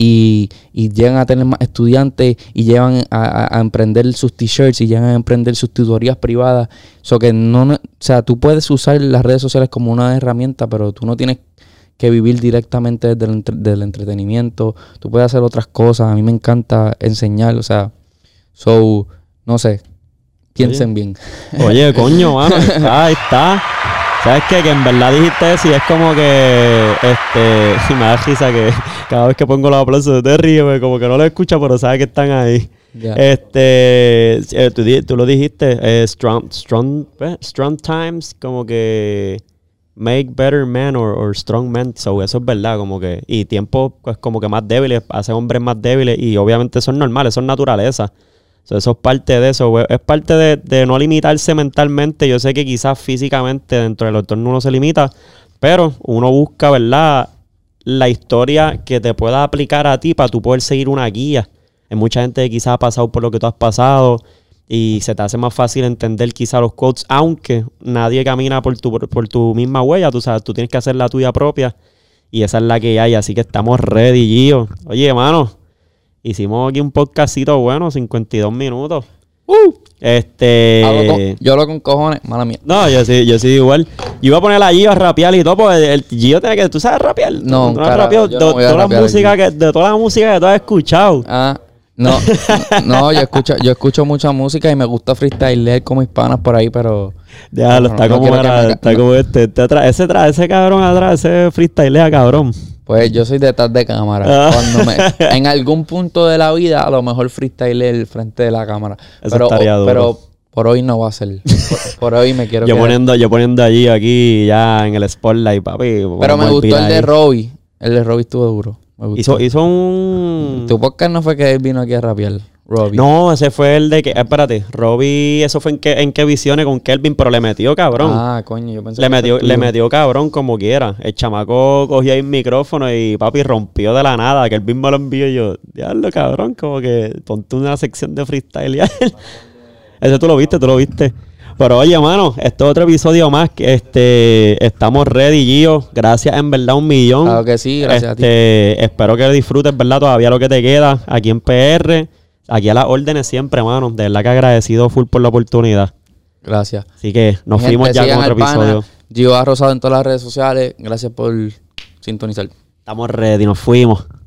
C: y, y llegan a tener más estudiantes y llevan a, a- a emprender sus t-shirts y llegan a emprender sus tutorías privadas. So que no, ne- o sea, tú puedes usar las redes sociales como una herramienta, pero tú no tienes que vivir directamente desde el entre- del entretenimiento. Tú puedes hacer otras cosas. A mí me encanta enseñar, o sea, so, no sé, piensen bien.
B: Oye, coño, mano, está, ahí está. ¿Sabes qué? Que en verdad dijiste eso y es como que, este, me da risa que cada vez que pongo los aplausos te ríes, güey, como que no lo escuchas, pero sabes que están ahí.
C: Ya.
B: Este, eh, tú, di- tú lo dijiste, eh, strong, strong, eh, strong times, como que make better men or, or strong men, so eso es verdad, como que, y tiempos pues como que más débiles, hacen hombres más débiles y obviamente eso es normal, eso es naturaleza. So, eso es parte de eso, güey. Es parte de, de no limitarse mentalmente. Yo sé que quizás físicamente dentro del entorno uno se limita, pero uno busca, ¿verdad?, la historia que te pueda aplicar a ti para tú poder seguir una guía. Hay mucha gente que quizás ha pasado por lo que tú has pasado y se te hace más fácil entender quizás los quotes, aunque nadie camina por tu, por tu misma huella, tú sabes, tú tienes que hacer la tuya propia y esa es la que hay, así que estamos ready, Gio. Oye, hermano, hicimos aquí un podcastito bueno, cincuenta y dos minutos.
C: Uh,
B: Este...
C: hablo con- yo hablo con cojones, mala mía.
B: No, yo sí, yo sí igual. Yo iba a poner a Gio a rapear y todo, porque el, el Gio tiene que... ¿Tú sabes rapear?
C: No,
B: ¿Tú has
C: carajo,
B: rapeado?
C: yo
B: De,
C: no voy a
B: toda la
C: rapear
B: música
C: aquí.
B: que, de toda la música que tú has escuchado.
C: Ah, no, no, yo escucho, yo escucho mucha música y me gusta freestylear como hispanas por ahí, pero
B: Déjalo,
C: no,
B: está
C: no
B: como
C: quiero que
B: era,
C: me-
B: está
C: no.
B: como este, este atrás, ese, atrás, ese cabrón atrás, ese freestylea cabrón.
C: pues yo soy detrás de cámara.
B: Ah.
C: Cuando me, en algún punto de la vida, a lo mejor freestyle el frente de la cámara.
B: Eso
C: pero,
B: estaría duro.
C: pero por hoy no va a ser. Por, por hoy me quiero
B: Yo
C: quedar.
B: poniendo, yo poniendo allí, aquí, ya en el spotlight, papi.
C: Pero
B: ponemos
C: me
B: el
C: gustó
B: beat
C: el de
B: ahí.
C: Robbie. El de Robbie estuvo duro. Me gustó.
B: Hizo, hizo un...
C: Tu podcast no fue que él vino aquí a rapear, Robbie.
B: No, ese fue el de que... Espérate, Robbie, eso fue en qué, en qué visiones con Kelvin, pero le metió cabrón.
C: Ah, coño, yo pensé
B: Le
C: que
B: metió,
C: fue
B: le
C: tuyo.
B: metió cabrón como quiera. El chamaco cogió ahí el micrófono y papi rompió de la nada. Que él mismo lo envió y yo, diablo cabrón, como que ponte una sección de freestyle. y a él. Ese tú lo viste, tú lo viste. Pero oye, mano, este es otro episodio más. Que este, estamos ready, Gio. Gracias en verdad un millón.
C: Claro que sí, gracias a ti.
B: Este, espero que disfrutes, ¿verdad? Todavía lo que te queda aquí en P R. Aquí a las órdenes siempre, mano. De verdad que agradecido full por la oportunidad.
C: Gracias.
B: Así que nos
C: Mi
B: fuimos
C: gente,
B: ya
C: sigan
B: con otro
C: al pana,
B: episodio.
C: Gio A. Rosado en todas las redes sociales. Gracias por sintonizar.
B: Estamos ready, nos fuimos.